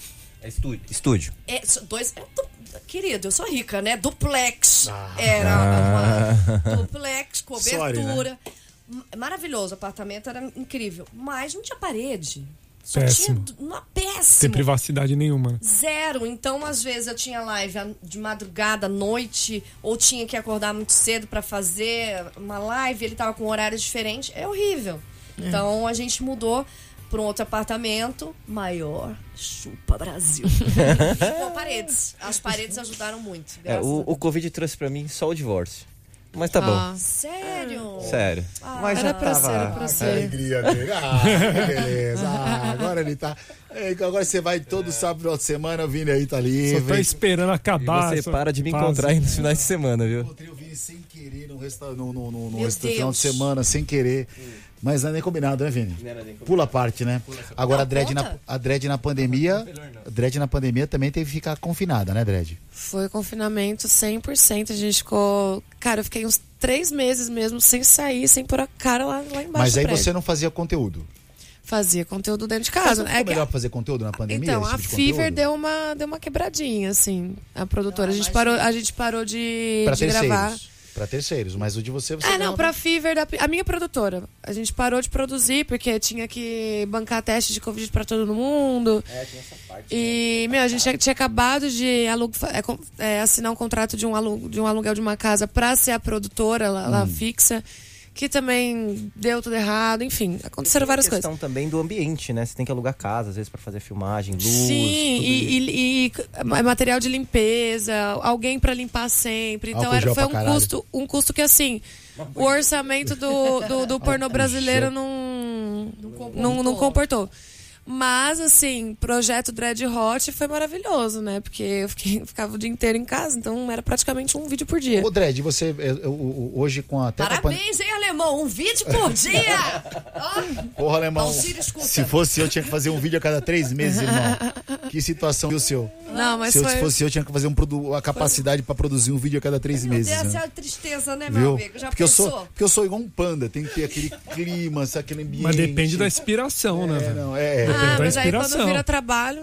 É estúdio. Estúdio. É, dois... É, du- querido, eu sou rica, né? Duplex. Ah. Era Ah. uma duplex, cobertura. Sorry, né? Maravilhoso, o apartamento era incrível. Mas não tinha parede. Só Péssimo. tinha uma péssima. Tem privacidade nenhuma, né? Zero. Então, às vezes, eu tinha live de madrugada, à noite, ou tinha que acordar muito cedo pra fazer uma live, ele tava com um horário diferente. É horrível. É. Então, a gente mudou para um outro apartamento maior. Chupa, Brasil. Com paredes. As paredes ajudaram muito. É, o, o Covid trouxe pra mim só o divórcio. Mas tá Ah. bom. Sério? Sério. Ah, Mas era já pra tava... ser, era pra Que ser. alegria dele. Ah, que beleza. Ah, agora ele tá. É, agora você vai todo sábado, final de semana, o Vini aí tá Só livre. tá esperando E acabar. você essa para de me fase. encontrar aí nos finais de semana, viu? Encontrei o Vini sem querer no, resta... no, no, no, no Meu resta... final de Deus. semana, sem querer. Mas não é nem combinado, né, Vini? Pula a parte, né? Agora a Dredd, na, conta. a Dredd na pandemia. A Dredd na pandemia também teve que ficar confinada, né, Dredd? Foi confinamento cem por cento. A gente ficou. Cara, eu fiquei uns três meses mesmo sem sair, sem pôr a cara lá, lá embaixo. Mas do aí prédio. você não fazia conteúdo. Fazia conteúdo dentro de Mas casa. não né? ficou É que- melhor pra fazer conteúdo na pandemia? Então, esse a tipo de Fever conteúdo? deu uma, deu uma quebradinha, assim, a produtora. Ah, a, gente imagino. parou, a gente parou de, Pra de terceiros. gravar. Pra terceiros, mas o de você, você Ah, não, não, pra Fever, da, a minha produtora. A gente parou de produzir porque tinha que bancar teste de Covid pra todo mundo. É, tinha essa parte. E, meu, a gente tinha, tinha acabado de alu- é, com- é, assinar um contrato de um, alu, de um aluguel de uma casa pra ser a produtora lá, Hum. lá fixa, que também deu tudo errado. Enfim, aconteceram várias Tem a coisas. questão também do ambiente, né? Você tem que alugar casa, às vezes, pra fazer filmagem, luz. Sim, tudo e, isso. e- e material de limpeza, alguém pra limpar sempre. Então Álcool era, gel foi pra um caralho. custo, um custo que assim, o orçamento do, do, do pornô brasileiro não, não, não comportou. Mas, assim, projeto Dread Hot foi maravilhoso, né? Porque eu fiquei, ficava o dia inteiro em casa, então era praticamente um vídeo por dia. Ô, Dredd, você é, é, o- o- hoje com a... até com a pan- Parabéns, hein, alemão? Um vídeo por dia! Ó, Porra, alemão. Alcira, escuta. Se fosse eu, tinha que fazer um vídeo a cada três meses, irmão. Que situação, viu, seu? Não, mas Se eu foi... fosse eu, tinha que fazer um produ... a capacidade pra produzir um vídeo a cada três Meu meses. Deus, né? essa é a tristeza, né, meu Viu? amigo? Já porque, eu pensou? sou, porque eu sou igual um panda, tem que ter aquele clima, sabe, aquele ambiente. Mas depende da inspiração, né, É, velho? não, é. Ah, da mas aí inspiração. quando vira trabalho,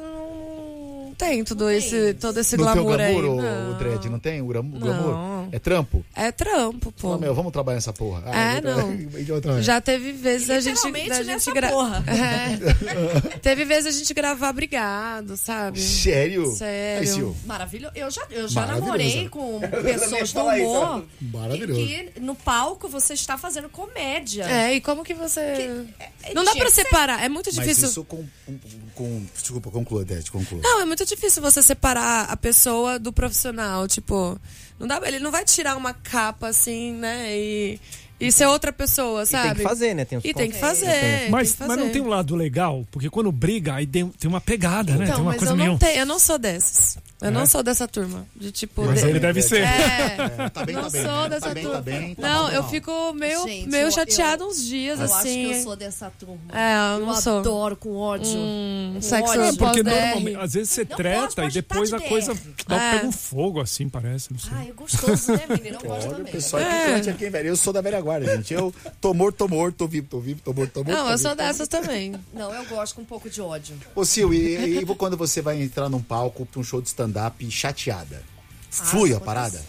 não tem tudo esse, todo esse Não tem o glamour aí. glamour, o, não. o Dredd, não tem o gram- o glamour? Não. É trampo? É trampo, pô. Fala, meu, vamos trabalhar nessa porra. É, eu vou não. trabalhar de outra vez. Já teve vezes a gente, Literalmente da gente nessa gra- porra. É. Teve vezes a gente gravar brigado, sabe? Sério? Sério. Aí, Sil, Maravilhoso. Eu já, eu já Maravilhoso. namorei com pessoas do humor. Maravilhoso. E que no palco você está fazendo comédia. É, e como que você. É, Não dá tinha pra que ser- separar, é muito Mas difícil. isso com, com, com... Desculpa, conclua, Dredd, conclua. Não, é muito difícil você separar a pessoa do profissional. Tipo, não dá, ele não vai tirar uma capa assim, né? E, e ser outra pessoa, E sabe? tem que fazer, né? Tem os E tem que contratos. fazer. Mas, tem que mas não fazer. tem um lado legal? Porque quando briga, aí tem, tem uma pegada, né? Então, Tem uma mas coisa eu meio. não, tenho, eu não sou dessas. Eu É? não sou dessa turma. De tipo. Mas de- ele deve ser. É. Tá bem, Não tá bem. sou né? dessa Tá bem, turma. tá bem. tá Não, bom, eu mal. fico meio, Gente, meio eu- chateada eu- uns dias, Eu acho assim. que eu sou dessa turma. É, eu eu não sou. adoro com ódio. Hum, Com sexo ódio. É, porque pós-D R. normalmente, às vezes você Não treta pode, pode e depois tá a de coisa D R. dá, É. pega um fogo assim, parece. Não sei. Ah, é gostoso, né, menino? Eu gosto Olha, o também. pessoal é É. picante aqui, velho. Eu sou da velha guarda, gente. Eu tô morto, tô morto, tô vivo, tô vivo, tô morto, tô morto. Não, tô eu sou vivo, tô dessas também. Não, eu gosto com um pouco de ódio. Ô, Sil, e, e quando você vai entrar num palco pra um show de stand-up chateada? Flui a acontece. parada?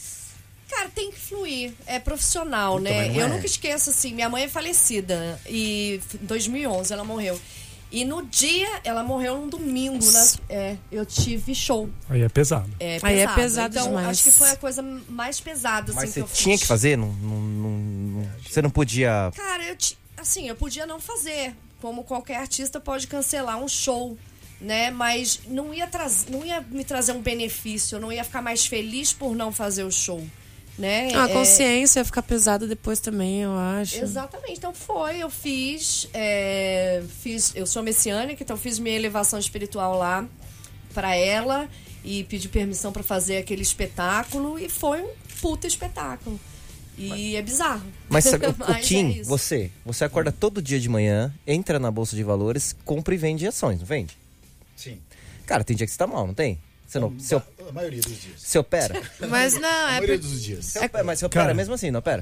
Cara, tem que fluir. É profissional, Eu né? também não Eu é. nunca esqueço, assim, minha mãe é falecida. E em dois mil e onze ela morreu. E no dia, ela morreu num domingo, né? É, eu tive show. Aí é pesado. É Aí é pesado. pesado então, demais. acho que foi a coisa mais pesada, assim, Mas que você eu fiz. tinha que fazer? Não, não, não- não- você não podia. Cara, eu ti- assim, eu podia não fazer. Como qualquer artista pode cancelar um show, né? Mas não ia, traz, não ia me trazer um benefício, eu não ia ficar mais feliz por não fazer o show, né? A É, consciência ia ficar pesada depois também, eu acho. Exatamente, então foi, eu fiz, é, fiz, eu sou messiânica, então fiz minha elevação espiritual lá pra ela e pedi permissão pra fazer aquele espetáculo e foi um puta espetáculo. E é bizarro. Mas sabe, o, o Mas Kim, é isso. você, você acorda todo dia de manhã, entra na bolsa de valores, compra e vende ações, não vende? Sim. Cara, tem dia que você tá mal, não tem? Você não, você, A maioria dos dias. você opera? Mas não, A é maioria por- dos dias. Você opera, mas você opera Cara. mesmo assim, não opera?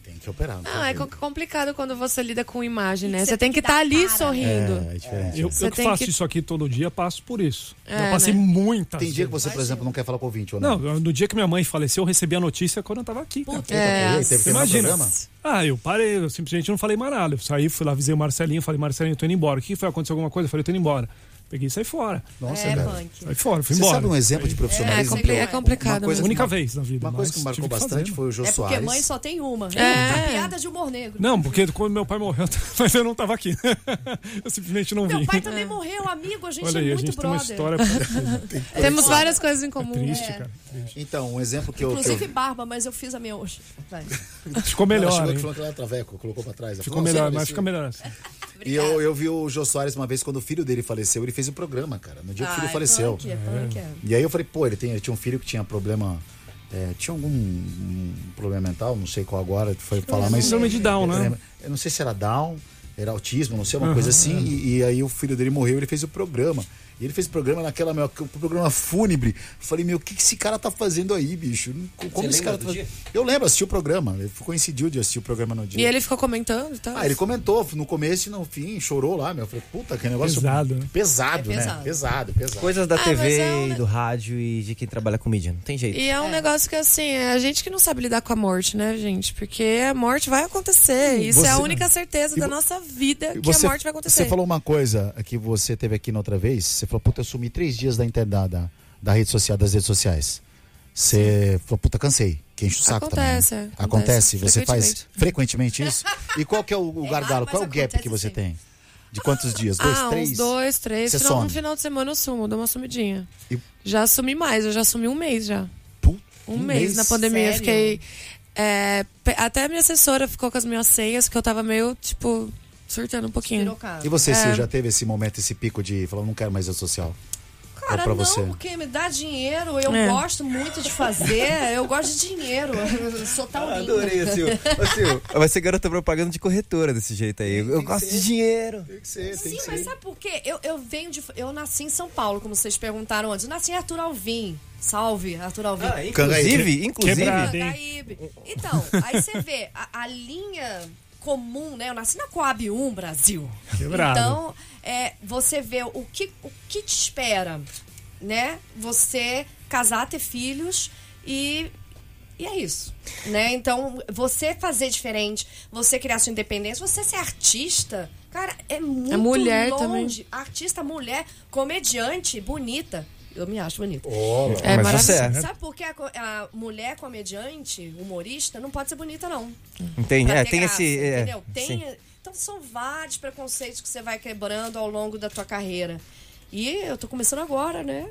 Tem que operar. Não, é complicado quando você lida com imagem, né? Você Você tem que tem que estar dar ali cara. sorrindo. É, é diferente. Eu, Você eu que tem faço que- isso aqui todo dia, passo por isso. É, eu passei né? muitas Tem dia que vezes. você, por exemplo, não quer falar com o ouvinte ou não? Não, no dia que minha mãe faleceu, eu recebi a notícia quando eu tava aqui, cara. Eita, É, pô, e aí, teve que terminar o Imagina. programa? Ah, eu parei, eu simplesmente não falei mais nada. Eu saí, fui lá, avisei o Marcelinho, falei, Marcelinho, eu tô indo embora. O que foi? Aconteceu alguma coisa? Eu falei, eu tô indo embora. Peguei e saí fora. Nossa, É, cara. punk. Saí fora, fui Você embora. sabe um exemplo de É, profissionalismo? compli- que eu- é complicado uma coisa, mesmo. Única uma, vez na vida. uma coisa que mas marcou tive que bastante fazer. foi o Jô É porque Soares. mãe só tem uma. É. Uma piada de humor negro. Não, porque quando meu pai morreu, mas eu não tava aqui. Eu simplesmente não Meu vi. pai também morreu, amigo. A gente Olha é aí, a muito gente tem uma brother. história pra... Temos várias coisas em comum. triste, É. cara. Triste. Então, um exemplo que eu... que Inclusive eu... barba, mas eu fiz a minha hoje. Vai. Ficou Ela melhor, chegou hein? aqui falando que ela era traveco, colocou pra trás. Ela Ficou falou, melhor, "Nossa, mas esse-" fica melhor assim. E eu, eu vi o Jô Soares uma vez, quando o filho dele faleceu, ele fez o programa, cara. No dia que o filho Ai, faleceu. punk, é punk, é. E aí eu falei, pô, ele, tem, ele tinha um filho que tinha problema... é, tinha algum um problema mental, não sei qual agora, foi falar, mas... Síndrome de Down, né? É, eu não sei se era Down, era autismo, não sei, uma coisa assim. E, e aí o filho dele morreu, ele fez o programa. E ele fez o programa naquela, meu, o programa fúnebre. Eu falei, meu, o que, que esse cara tá fazendo aí, bicho? Como esse cara tá... Eu lembro, assisti o programa. Ele coincidiu de assistir o programa no dia. E ele ficou comentando e tal. Ah, ele comentou no começo e no fim, chorou lá, meu. Eu falei, puta, que negócio Pesado, né? pesado, É né? pesado. Pesado, pesado. Coisas da Ah, T V mas é um- e do rádio e de quem trabalha com mídia. Não tem jeito. E é um negócio que, assim, é a gente que não sabe lidar com a morte, né, gente? Porque a morte vai acontecer. Isso Você- é a única certeza E da vo- nossa vida, que Você- a morte vai acontecer. Você falou uma coisa que você teve aqui na outra vez. Você falou, puta, eu sumi três dias da internet, da, da rede social, das redes sociais. Você falou, puta, cansei. Que enche o saco Acontece, também. Né? é. Acontece. Acontece Você faz frequentemente isso? E qual que é o, o É gargalo? raro, Qual é o mas gap acontece que você sim. tem? De quantos dias? Dois, ah, três? uns dois, três. Você Final, some? no final de semana eu sumo, dou uma sumidinha. E- Já sumi mais, eu já sumi um mês já. Puta, Um, mês, na pandemia. Eu Sério? fiquei. é, pe- até a minha assessora ficou com as minhas senhas, que eu tava meio, tipo, surtando um pouquinho. Pirocado. E você, É. Sil, já teve esse momento, esse pico de falar, não quero mais rede social? Cara, pra não, você? porque me dá dinheiro, eu É. gosto muito de fazer, eu gosto de dinheiro. Eu sou taurina. Adorei, Sil. Ô, Sil, vai ser garota propaganda de corretora desse jeito aí. Eu, eu gosto de dinheiro. Tem que ser, Sim, mas sabe por quê? Eu, eu venho de. Eu nasci em São Paulo, como vocês perguntaram antes. Eu nasci em Arthur Alvim. Salve, Arthur Alvim. Ah, inclusive, inclusive. Quebrado, hein? Cangaíbe. Então, aí você vê, a, a linha comum, né? Eu nasci na Coab um, Brasil. Quebrado. Então, é, você vê o que, o que te espera, né? Você casar, ter filhos e... E é isso, né? Então, você fazer diferente, você criar sua independência, você ser artista, cara, é muito É mulher longe. Artista, mulher, comediante, bonita. Eu me acho bonita. É Mas maravilhoso. você é. Sabe por que a, co- a mulher comediante, humorista, não pode ser bonita, não? Entende? Pra É, ter tem graça, esse. É, entendeu? Tem, sim. então são vários preconceitos que você vai quebrando ao longo da tua carreira. E eu tô começando agora, né?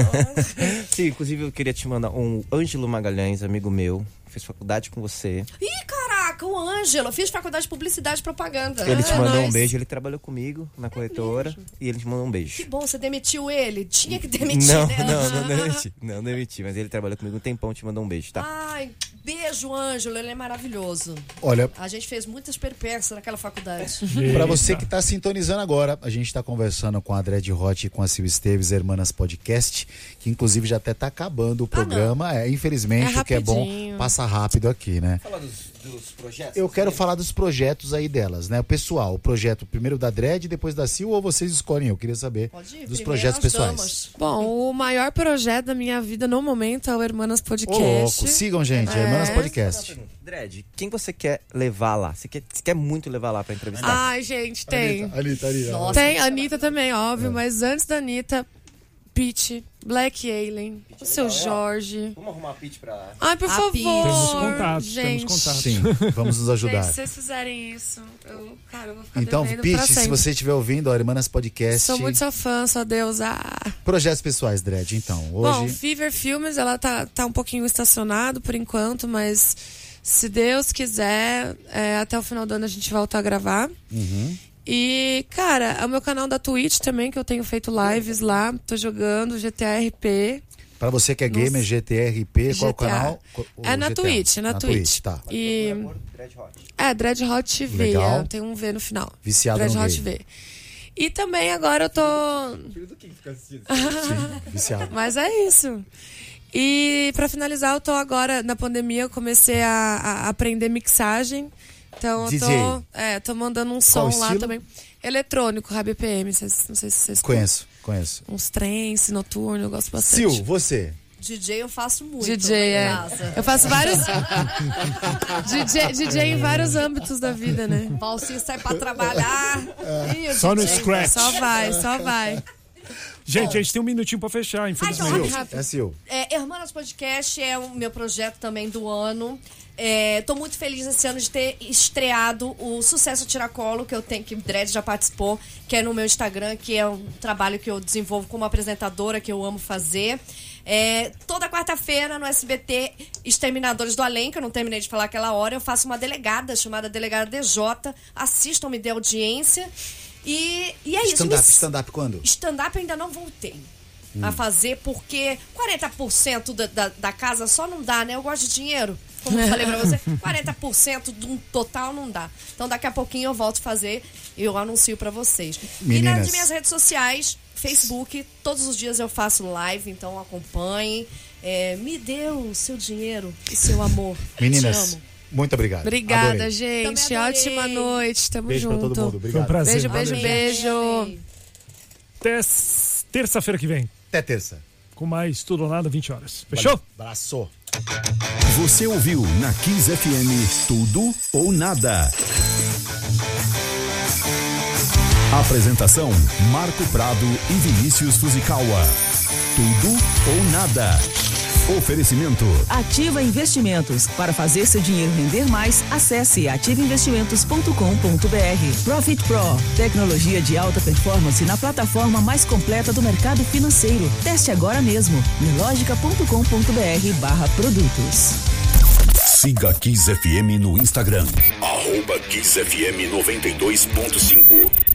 Sim, inclusive eu queria te mandar um Ângelo Magalhães, amigo meu, fez faculdade com você. Ih, caraca, o Ângelo. Eu fiz faculdade de publicidade e propaganda. Ele te Ah, mandou um nós. beijo, ele trabalhou comigo na corretora e ele te mandou um Que beijo. bom, você demitiu ele. Tinha que demitir, Não, né? não, não demiti. Não demiti, mas ele trabalhou comigo um tempão, te mandou um beijo, tá? Ai, beijo, Ângelo. Ele é maravilhoso. Olha, A gente fez muitas peripécias naquela faculdade. pra você que tá sintonizando agora, a gente tá conversando com a Dredd Hot e com a Sil Esteves, Hermanas Podcast, que inclusive já até tá acabando o programa. é, infelizmente, É o que é bom rapidinho. passa rápido aqui, né? Falar dos, dos projetos? Eu quero falar dos projetos aí delas, né? O pessoal, o projeto primeiro da Dredd, depois da Sil, ou vocês escolhem? Eu queria saber Pode ir, dos primeiro projetos as pessoais. damas. Bom, o maior projeto da minha vida no momento é o Hermanas Ô, Podcast. louco, sigam, gente, É. Hermanas Podcast. Dredd, quem você quer levar lá? Você quer, você quer muito levar lá pra entrevistar? Ai, gente, tem. Anitta, Anitta. Nossa. Tem a Anitta também, óbvio, mas antes da Anitta, Pitty, Black Alien, o seu Jorge. Vamos arrumar a pitch pra... Ai, por A favor. Pitty. Temos contatos, gente. temos contatos. Sim, vamos nos Gente, ajudar. se vocês fizerem isso, eu, cara, eu vou ficar Então, devendo Pitty, pra se sempre. você estiver ouvindo, ó, Hermanas Podcast. Sou muito sua fã, só Deus. Ah. Projetos pessoais, Dredd, então. Bom, Hoje. Fever Filmes, ela tá, tá um pouquinho estacionado por enquanto, mas se Deus quiser, é, até o final do ano a gente volta a gravar. Uhum. E, cara, é o meu canal da Twitch também, que eu tenho feito lives lá. Tô jogando G T A R P. Pra você que é gamer, Nossa. G T R P, qual o G T A. canal? O É na G T A. Twitch, é na, Twitch. Tá. E Dredd Hot. é Dread Hot T V, Legal. é, tem um V no final. Viciado Dread no Hot game. V. E também agora eu tô Sim, viciado. Mas é isso. E pra finalizar, eu tô agora, na pandemia, eu comecei a, a aprender mixagem. Então eu D J. tô, é, tô mandando um som Qual lá estilo? também. Eletrônico, Rabi P M, cês, não sei se vocês Conheço, conheço. uns trance, noturno, eu gosto bastante. Sil, você. D J eu faço muito. D J, lá em é. casa. Eu faço vários. D J, D J em vários âmbitos da vida, né? Valcinho sai pra trabalhar. Ih, o Só no D J. scratch. Só vai, só vai. Gente, a gente tem um minutinho pra fechar, infelizmente. então, Sil, rápido. é Sil. É, Hermanas Podcast é o meu projeto também do ano. É, tô muito feliz esse ano de ter estreado o Sucesso Tiracolo, que eu tenho, que o Dredd já participou, que é no meu Instagram, que é um trabalho que eu desenvolvo como apresentadora, que eu amo fazer. É, toda quarta-feira no S B T, Exterminadores do Além, que eu não terminei de falar aquela hora, eu faço uma delegada chamada Delegada D J. Assistam, me dê audiência. E, e é isso. Stand-up, Me- stand-up quando? Stand-up eu ainda não voltei Hum. a fazer, porque quarenta por cento da, da, da casa só não dá, né? Eu gosto de dinheiro, como eu falei pra você. quarenta por cento de um total não dá. Então daqui a pouquinho eu volto a fazer e eu anuncio pra vocês. Meninas. E nas minhas redes sociais, Facebook, todos os dias eu faço live, então acompanhem. É, me dê o seu dinheiro e seu amor. Te Meninas, amo. muito obrigado. Obrigada, Adorei. gente. Também adorei. Ótima noite. Tamo Beijo junto. pra todo mundo. Foi um Obrigado. prazer. Beijo, beijo, Amém, beijo. amém. Até s- terça-feira que vem, Até terça. com mais Tudo ou Nada, vinte horas. Fechou? Abraço. Você ouviu na Kiss F M Tudo ou Nada. Apresentação: Marco Prado e Vinícius Fuzikawa. Tudo ou Nada. Oferecimento: Ativa Investimentos. Para fazer seu dinheiro render mais, acesse ativa investimentos ponto com ponto br. Profit Pro. Tecnologia de alta performance na plataforma mais completa do mercado financeiro. Teste agora mesmo. milogica ponto com ponto br barra produtos. Siga Kiss F M no Instagram. Arroba Kiss F M noventa e dois ponto cinco.